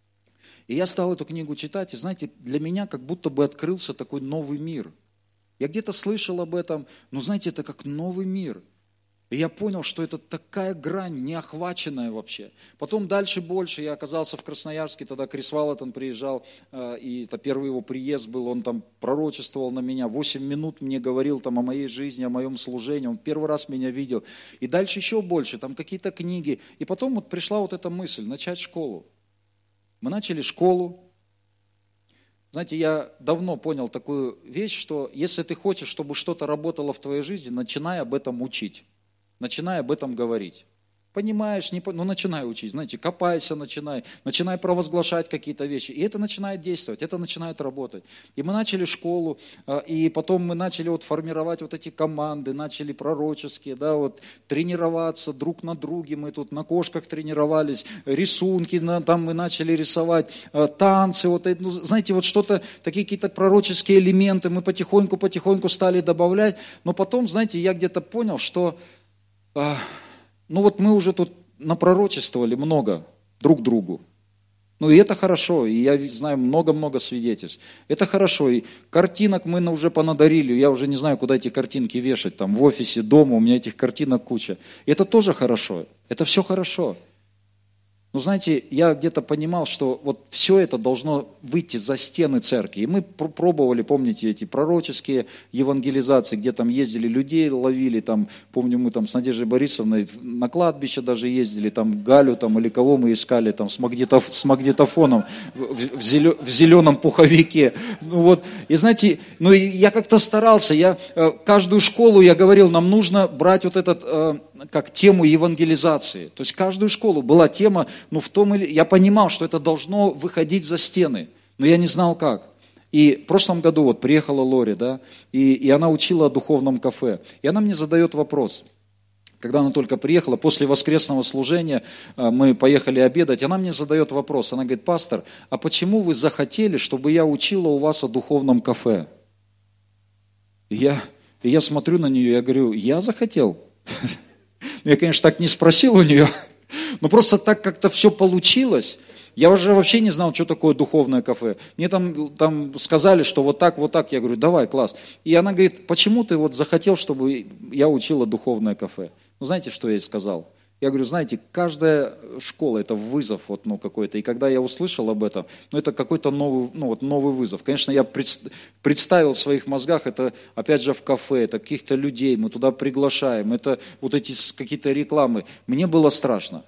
И я стал эту книгу читать, и знаете, для меня как будто бы открылся такой новый мир. Я где-то слышал об этом, но знаете, это как новый мир. И я понял, что это такая грань, неохваченная вообще. Потом дальше больше, я оказался в Красноярске, тогда Крис Валатон приезжал, и это первый его приезд был, он там пророчествовал на меня, 8 минут мне говорил там о моей жизни, о моем служении, он первый раз меня видел. И дальше еще больше, там какие-то книги. И потом пришла вот эта мысль, начать школу. Мы начали школу. Знаете, я давно понял такую вещь, что если ты хочешь, чтобы что-то работало в твоей жизни, начинай об этом учить, начинай об этом говорить. Понимаешь, начинай учить, знаете, копайся, начинай провозглашать какие-то вещи. И это начинает действовать, это начинает работать. И мы начали школу, и потом мы начали формировать эти команды, начали пророческие, тренироваться друг на друге. Мы тут на кошках тренировались, рисунки, там мы начали рисовать, танцы, знаете, что-то, такие какие-то пророческие элементы мы потихоньку стали добавлять. Но потом, знаете, я где-то понял, что... мы уже тут напророчествовали много друг другу. И это хорошо, и я знаю много-много свидетельств. Это хорошо, и картинок мы уже понадарили, я уже не знаю, куда эти картинки вешать, там в офисе, дома, у меня этих картинок куча. И это тоже хорошо, это все хорошо. Но знаете, я где-то понимал, что все это должно выйти за стены церкви. И мы пробовали, помните, эти пророческие евангелизации, где там ездили людей, ловили, помню, мы с Надеждой Борисовной на кладбище даже ездили, Галю или кого мы искали с магнитофоном в зеленом пуховике. И знаете, я как-то старался, каждую школу я говорил, нам нужно брать как тему евангелизации. То есть каждую школу была тема, я понимал, что это должно выходить за стены, но я не знал как. И в прошлом году приехала Лори, и она учила о духовном кафе. И она мне задает вопрос. Когда она только приехала, после воскресного служения мы поехали обедать, она мне задает вопрос. Она говорит: пастор, а почему вы захотели, чтобы я учила у вас о духовном кафе? И я смотрю на нее, я говорю: я захотел? Я, конечно, так не спросил у нее, Но просто так как-то все получилось. Я уже вообще не знал, что такое духовное кафе. Мне там сказали, что вот так. Я говорю, давай, класс. И она говорит, почему ты вот захотел, чтобы я учила духовное кафе? Ну, знаете, что я ей сказал? Я говорю, знаете, каждая школа – это вызов вот, какой-то. И когда я услышал об этом, это какой-то новый вызов. Конечно, я представил в своих мозгах, это опять же в кафе, это каких-то людей, мы туда приглашаем, это вот эти какие-то рекламы. Мне было страшно,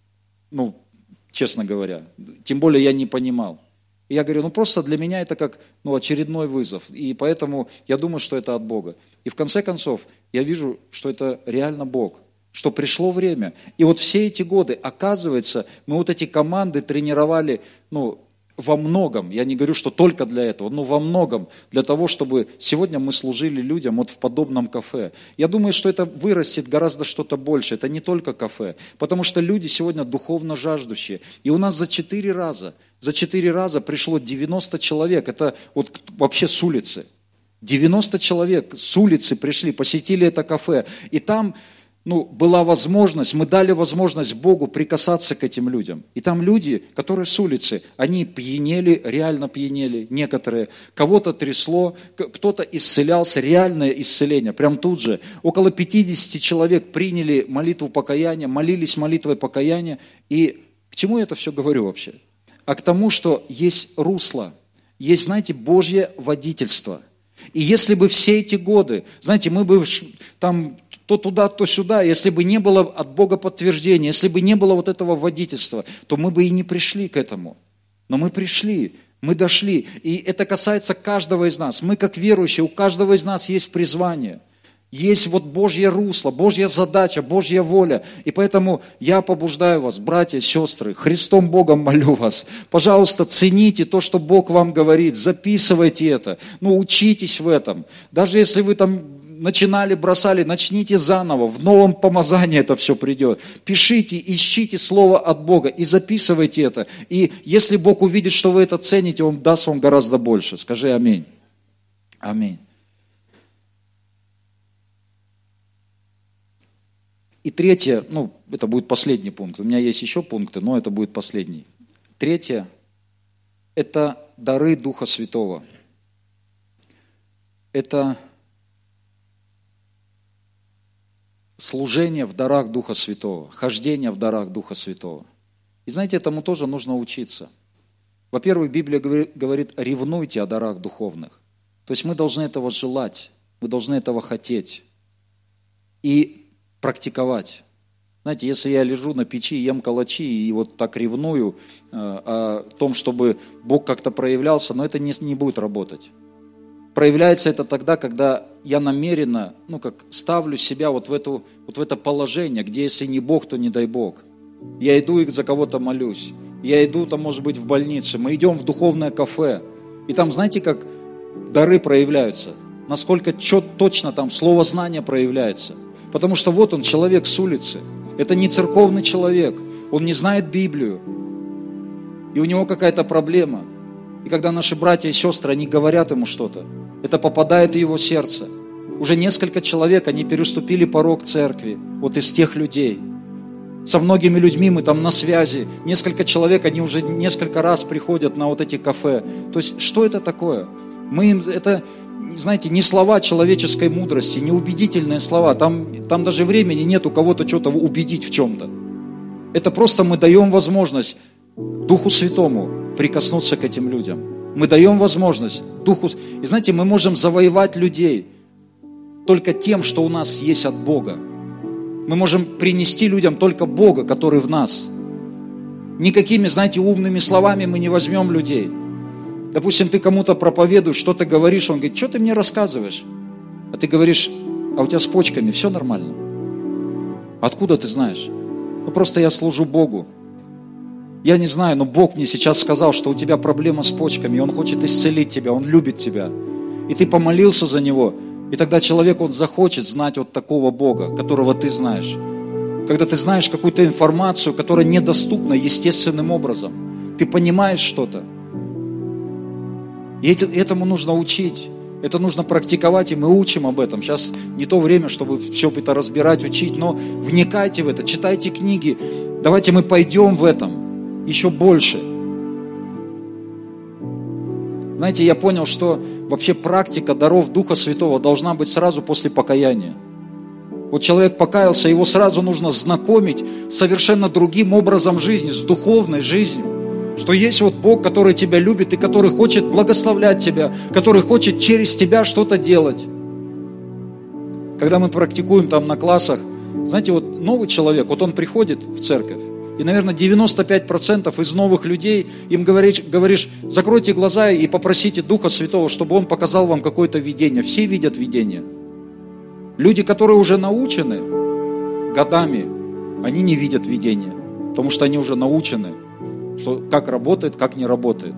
честно говоря. Тем более я не понимал. И я говорю, просто для меня это как очередной вызов. И поэтому я думаю, что это от Бога. И в конце концов, я вижу, что это реально Бог. Что пришло время. И вот все эти годы, оказывается, мы вот эти команды тренировали, во многом, я не говорю, что только для этого, но во многом для того, чтобы сегодня мы служили людям вот в подобном кафе. Я думаю, что это вырастет гораздо что-то больше, это не только кафе, потому что люди сегодня духовно жаждущие. И у нас за 4 раза пришло 90 человек, это вот вообще с улицы. 90 человек с улицы пришли, посетили это кафе, и там была возможность, мы дали возможность Богу прикасаться к этим людям. И там люди, которые с улицы, они пьянели, реально пьянели, некоторые. Кого-то трясло, кто-то исцелялся, реальное исцеление, прям тут же. Около 50 человек приняли молитву покаяния, молились молитвой покаяния. И к чему я это все говорю вообще? А к тому, что есть русло, есть, знаете, Божье водительство. И если бы все эти годы, знаете, мы бы там то туда, то сюда, если бы не было от Бога подтверждения, если бы не было вот этого водительства, то мы бы и не пришли к этому. Но мы пришли, мы дошли. И это касается каждого из нас. Мы как верующие, у каждого из нас есть призвание. Есть вот Божье русло, Божья задача, Божья воля. И поэтому я побуждаю вас, братья, сестры, Христом Богом молю вас, пожалуйста, цените то, что Бог вам говорит, записывайте это, учитесь в этом. Даже если вы там начинали, бросали, начните заново, в новом помазании это все придет. Пишите, ищите слово от Бога и записывайте это. И если Бог увидит, что вы это цените, Он даст вам гораздо больше. Скажи аминь. Аминь. И третье, это будет последний пункт. У меня есть еще пункты, но это будет последний. Третье – это дары Духа Святого. Это служение в дарах Духа Святого, хождение в дарах Духа Святого. И знаете, этому тоже нужно учиться. Во-первых, Библия говорит, ревнуйте о дарах духовных. То есть мы должны этого желать, мы должны этого хотеть и практиковать. Знаете, если я лежу на печи, ем калачи и вот так ревную о том, чтобы Бог как-то проявлялся, но это не будет работать. Проявляется это тогда, когда я намеренно, ставлю себя вот в это положение, где если не Бог, то не дай Бог. Я иду и за кого-то молюсь. Я иду там, может быть, в больницу. Мы идем в духовное кафе. И там, знаете, как дары проявляются. Насколько точно там слово знания проявляется. Потому что вот он, человек с улицы. Это не церковный человек. Он не знает Библию. И у него какая-то проблема. И когда наши братья и сестры, они говорят ему что-то, это попадает в его сердце. Уже несколько человек, они переступили порог церкви, вот из тех людей. Со многими людьми мы там на связи. Несколько человек, они уже несколько раз приходят на вот эти кафе. То есть, что это такое? Это, знаете, не слова человеческой мудрости, не убедительные слова. Там даже времени нет у кого-то что-то убедить в чем-то. Это просто мы даем возможность Духу Святому прикоснуться к этим людям. Мы даем возможность Духу... И знаете, мы можем завоевать людей только тем, что у нас есть от Бога. Мы можем принести людям только Бога, который в нас. Никакими, знаете, умными словами мы не возьмем людей. Допустим, ты кому-то проповедуешь, что-то говоришь, он говорит, что ты мне рассказываешь? А ты говоришь, а у тебя с почками все нормально? Откуда ты знаешь? Просто я служу Богу. Я не знаю, но Бог мне сейчас сказал, что у тебя проблема с почками, и Он хочет исцелить тебя, Он любит тебя. И ты помолился за него, и тогда человек, он захочет знать вот такого Бога, которого ты знаешь. Когда ты знаешь какую-то информацию, которая недоступна естественным образом, ты понимаешь что-то. И этому нужно учить. Это нужно практиковать, и мы учим об этом. Сейчас не то время, чтобы все это разбирать, учить, но вникайте в это, читайте книги. Давайте мы пойдем в этом еще больше. Знаете, я понял, что вообще практика даров Духа Святого должна быть сразу после покаяния. Вот человек покаялся, его сразу нужно знакомить с совершенно другим образом жизни, с духовной жизнью. Что есть вот Бог, который тебя любит и который хочет благословлять тебя, который хочет через тебя что-то делать. Когда мы практикуем там на классах, знаете, вот новый человек, вот он приходит в церковь, и, наверное, 95% из новых людей, им говоришь, закройте глаза и попросите Духа Святого, чтобы Он показал вам какое-то видение. Все видят видение. Люди, которые уже научены годами, они не видят видения, потому что они уже научены, что как работает, как не работает.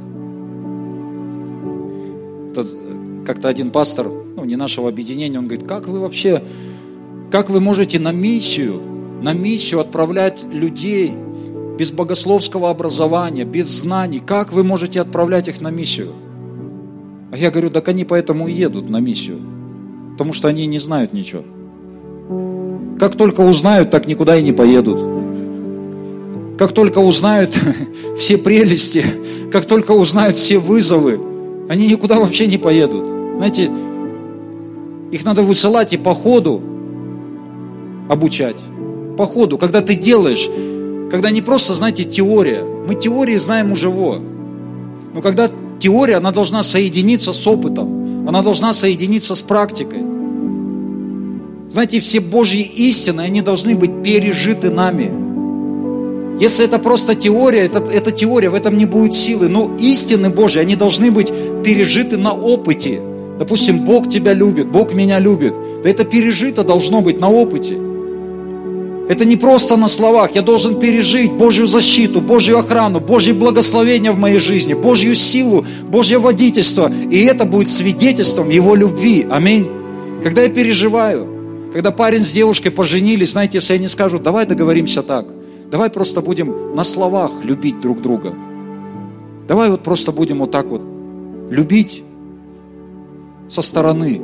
Как-то один пастор, не нашего объединения, он говорит, как вы можете на миссию отправлять людей без богословского образования, без знаний, как вы можете отправлять их на миссию? А я говорю, так они поэтому и едут на миссию, потому что они не знают ничего. Как только узнают, так никуда и не поедут. Как только узнают все прелести, как только узнают все вызовы, они никуда вообще не поедут. Знаете, их надо высылать и по ходу обучать. По ходу, когда ты делаешь, когда не просто, знаете, теория. Мы теории знаем уже но когда теория, она должна соединиться с опытом, она должна соединиться с практикой. Знаете, все Божьи истины, они должны быть пережиты нами. Если это просто теория, это теория, в этом не будет силы. Но истины Божьи, они должны быть пережиты на опыте. Допустим, Бог тебя любит, Бог меня любит. Да это пережито должно быть на опыте. Это не просто на словах. Я должен пережить Божью защиту, Божью охрану, Божье благословение в моей жизни, Божью силу, Божье водительство. И это будет свидетельством Его любви. Аминь. Когда я переживаю, когда парень с девушкой поженились, знаете, если они скажут, давай договоримся так, давай просто будем на словах любить друг друга. Давай вот просто будем вот так вот любить со стороны.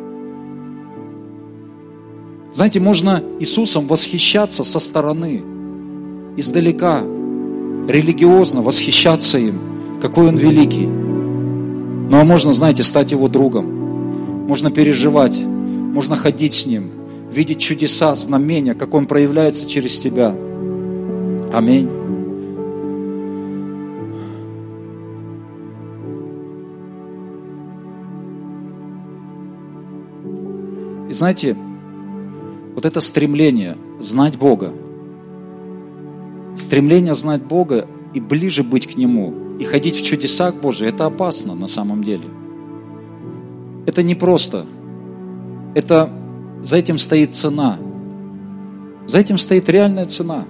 Знаете, можно Иисусом восхищаться со стороны, издалека, религиозно восхищаться им, какой Он великий. Ну а можно, знаете, стать Его другом. Можно переживать, можно ходить с Ним, видеть чудеса, знамения, как Он проявляется через тебя. Аминь. И знаете, вот это стремление знать Бога, стремление знать Бога и ближе быть к Нему, и ходить в чудесах Божьих, это опасно на самом деле. Это непросто. За этим стоит цена. За этим стоит реальная цена.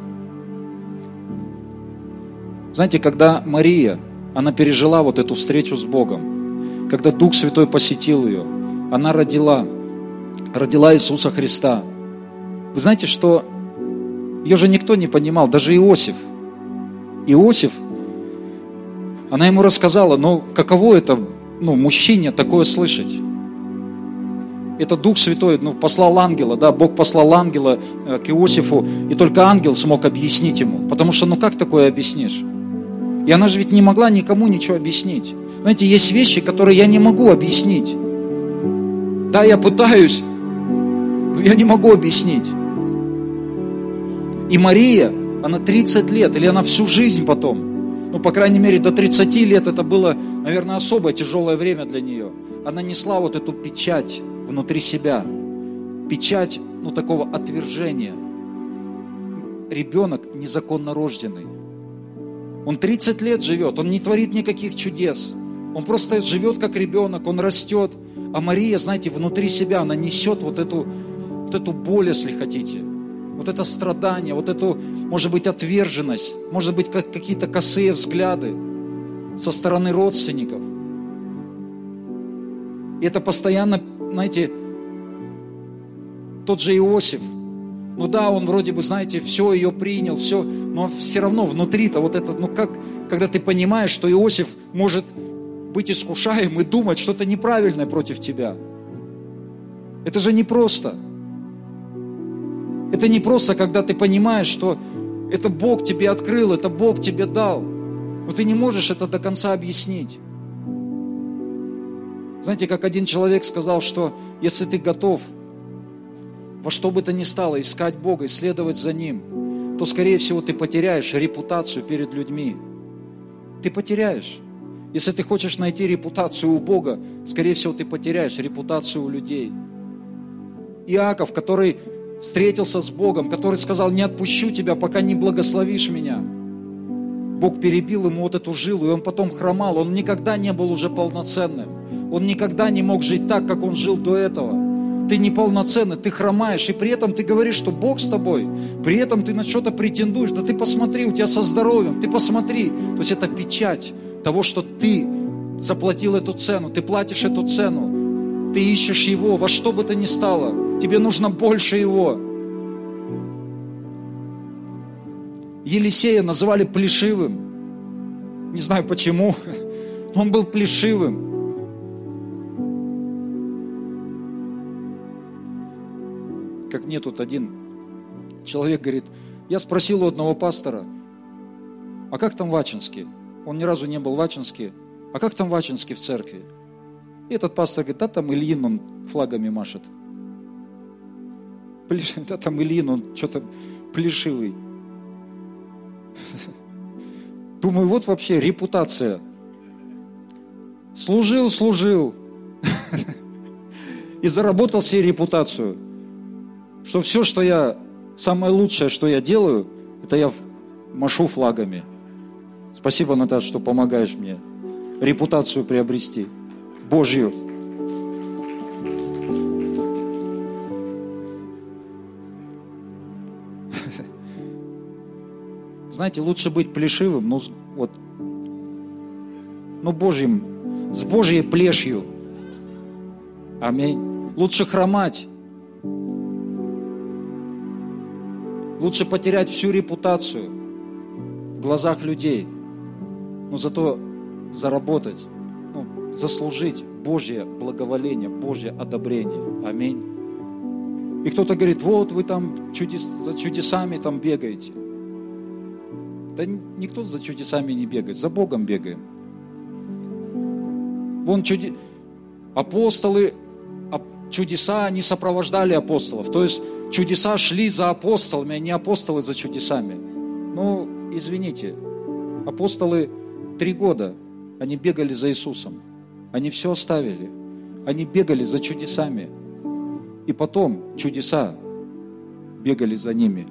Знаете, когда Мария, она пережила вот эту встречу с Богом, когда Дух Святой посетил ее, она родила Иисуса Христа. Вы знаете, что ее же никто не понимал, даже Иосиф, она ему рассказала, каково это, мужчине такое слышать. Это Дух Святой, послал ангела, Бог послал ангела к Иосифу, и только ангел смог объяснить ему, потому что, как такое объяснишь? И она же ведь не могла никому ничего объяснить. Знаете, есть вещи, которые я не могу объяснить. Да, я пытаюсь, но я не могу объяснить. И Мария, она 30 лет, или она всю жизнь потом, по крайней мере, до 30 лет это было, наверное, особое тяжелое время для нее. Она несла вот эту печать внутри себя, печать, такого отвержения. Ребенок незаконно рожденный. Он 30 лет живет, он не творит никаких чудес. Он просто живет как ребенок, он растет. А Мария, знаете, внутри себя, она несет вот эту боль, если хотите. Вот это страдание, вот эту, может быть, отверженность, может быть, какие-то косые взгляды со стороны родственников. И это постоянно, знаете, тот же Иосиф, он вроде бы, знаете, все ее принял, все, но все равно внутри-то вот это, когда ты понимаешь, что Иосиф может быть искушаем и думать что-то неправильное против тебя. Это же непросто. Это не просто, когда ты понимаешь, что это Бог тебе открыл, это Бог тебе дал. Но ты не можешь это до конца объяснить. Знаете, как один человек сказал, что если ты готов во что бы то ни стало искать Бога и следовать за Ним, то, скорее всего, ты потеряешь репутацию перед людьми. Ты потеряешь. Если ты хочешь найти репутацию у Бога, скорее всего, ты потеряешь репутацию у людей. Иаков, который встретился с Богом, который сказал: не отпущу тебя, пока не благословишь меня. Бог перебил ему вот эту жилу, и он потом хромал. Он никогда не был уже полноценным. Он никогда не мог жить так, как он жил до этого. Ты неполноценный, ты хромаешь, и при этом ты говоришь, что Бог с тобой, при этом ты на что-то претендуешь. Да ты посмотри, у тебя со здоровьем, ты посмотри. То есть это печать того, что ты заплатил эту цену, ты платишь эту цену, ты ищешь Его во что бы то ни стало, тебе нужно больше Его. Елисея называли плешивым, не знаю почему, но он был плешивым. Как мне тут один человек говорит, я спросил у одного пастора, а как там в Ачинске? Он ни разу не был в Ачинске. А как там в Ачинске в церкви? И этот пастор говорит, да там Ильин, он флагами машет. Да там Ильин, он что-то плешивый. Думаю, вот вообще репутация. Служил и заработал себе репутацию. Что все, что я, самое лучшее, что я делаю, это я машу флагами. Спасибо, Наташа, что помогаешь мне репутацию приобрести, Божью. Знаете, лучше быть плешивым, но вот, Божьим, с Божьей плешью. Аминь. Лучше хромать. Лучше потерять всю репутацию в глазах людей, но зато заработать, заслужить Божье благоволение, Божье одобрение. Аминь. И кто-то говорит, вот вы там за чудесами там бегаете. Да никто за чудесами не бегает, за Богом бегаем. Вон апостолы, чудеса, они сопровождали апостолов. То есть чудеса шли за апостолами, а не апостолы за чудесами. Извините, апостолы 3 года, они бегали за Иисусом. Они все оставили. Они бегали за чудесами. И потом чудеса бегали за ними.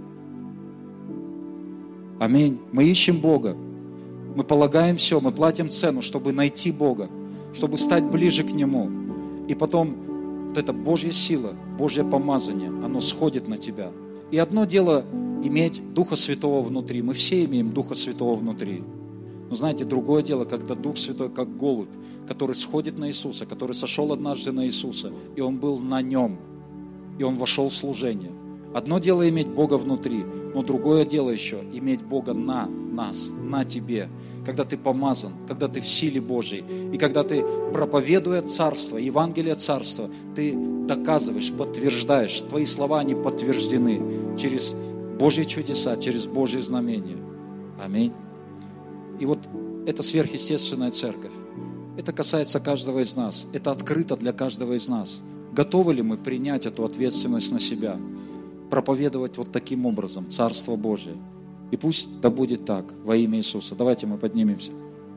Аминь. Мы ищем Бога. Мы полагаем все, мы платим цену, чтобы найти Бога, чтобы стать ближе к Нему. И потом вот эта Божья сила, Божье помазание, оно сходит на тебя. И одно дело иметь Духа Святого внутри. Мы все имеем Духа Святого внутри. Но знаете, другое дело, когда Дух Святой, как голубь, который сходит на Иисуса, который сошел однажды на Иисуса, и Он был на Нем, и Он вошел в служение. Одно дело иметь Бога внутри, но другое дело еще иметь Бога на нас, на тебе. Когда ты помазан, когда ты в силе Божьей, и когда ты, проповедуя Царство, Евангелие Царства, ты доказываешь, подтверждаешь, твои слова, они подтверждены через Божьи чудеса, через Божьи знамения. Аминь. И вот это сверхъестественная церковь. Это касается каждого из нас. Это открыто для каждого из нас. Готовы ли мы принять эту ответственность на себя? Проповедовать вот таким образом Царство Божие. И пусть да будет так во имя Иисуса. Давайте мы поднимемся.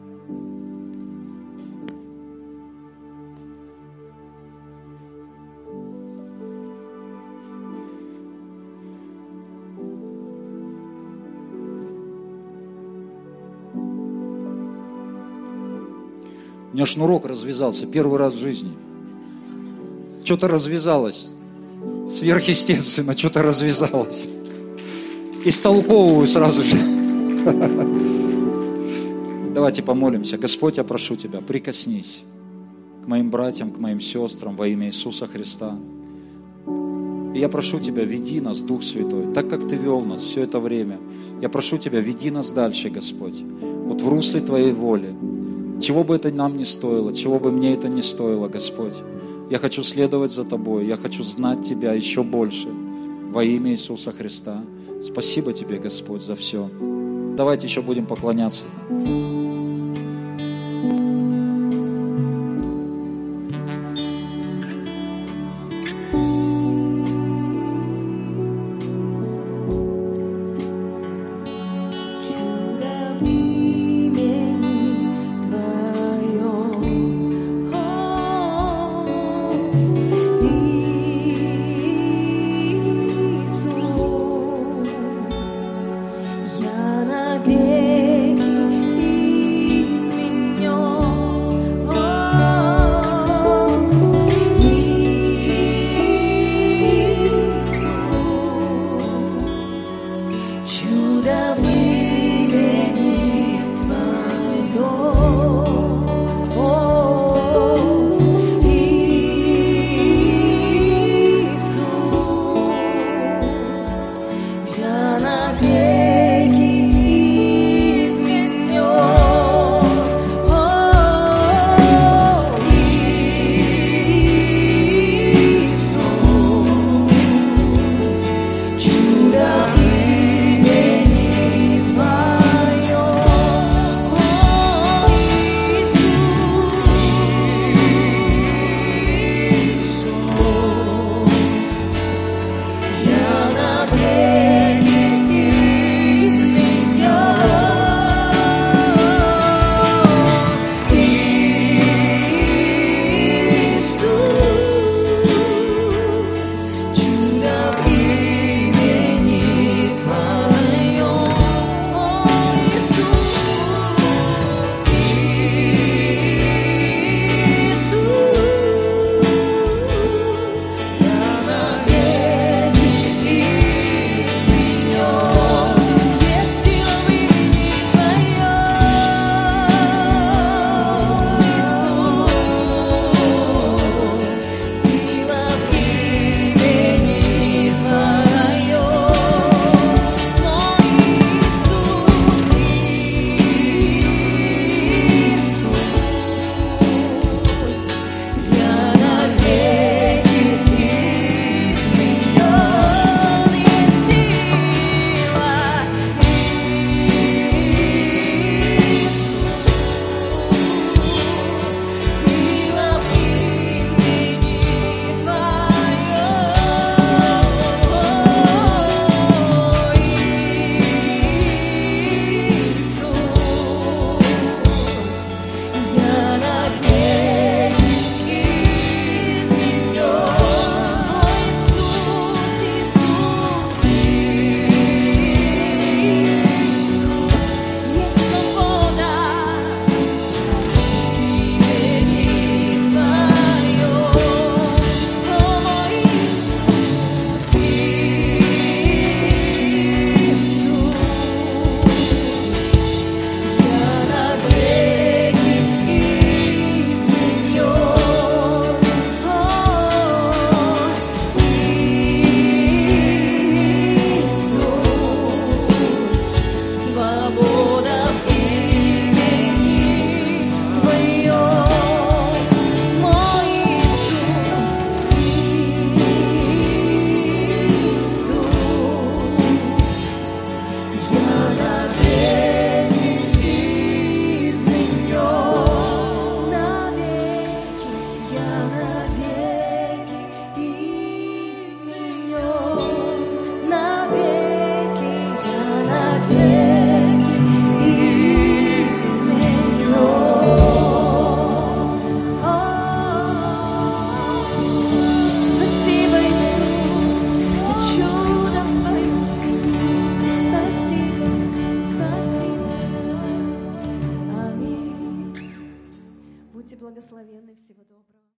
У меня шнурок развязался первый раз в жизни. Что-то развязалось. Сверхъестественно, что-то развязалось. Истолковываю сразу же. Давайте помолимся. Господь, я прошу Тебя, прикоснись к моим братьям, к моим сестрам во имя Иисуса Христа. И я прошу Тебя, веди нас, Дух Святой, так как Ты вел нас все это время. Я прошу Тебя, веди нас дальше, Господь, вот в русле Твоей воли. Чего бы это нам ни стоило, чего бы мне это ни стоило, Господь. Я хочу следовать за Тобой, я хочу знать Тебя еще больше во имя Иисуса Христа. Спасибо Тебе, Господь, за все. Давайте еще будем поклоняться.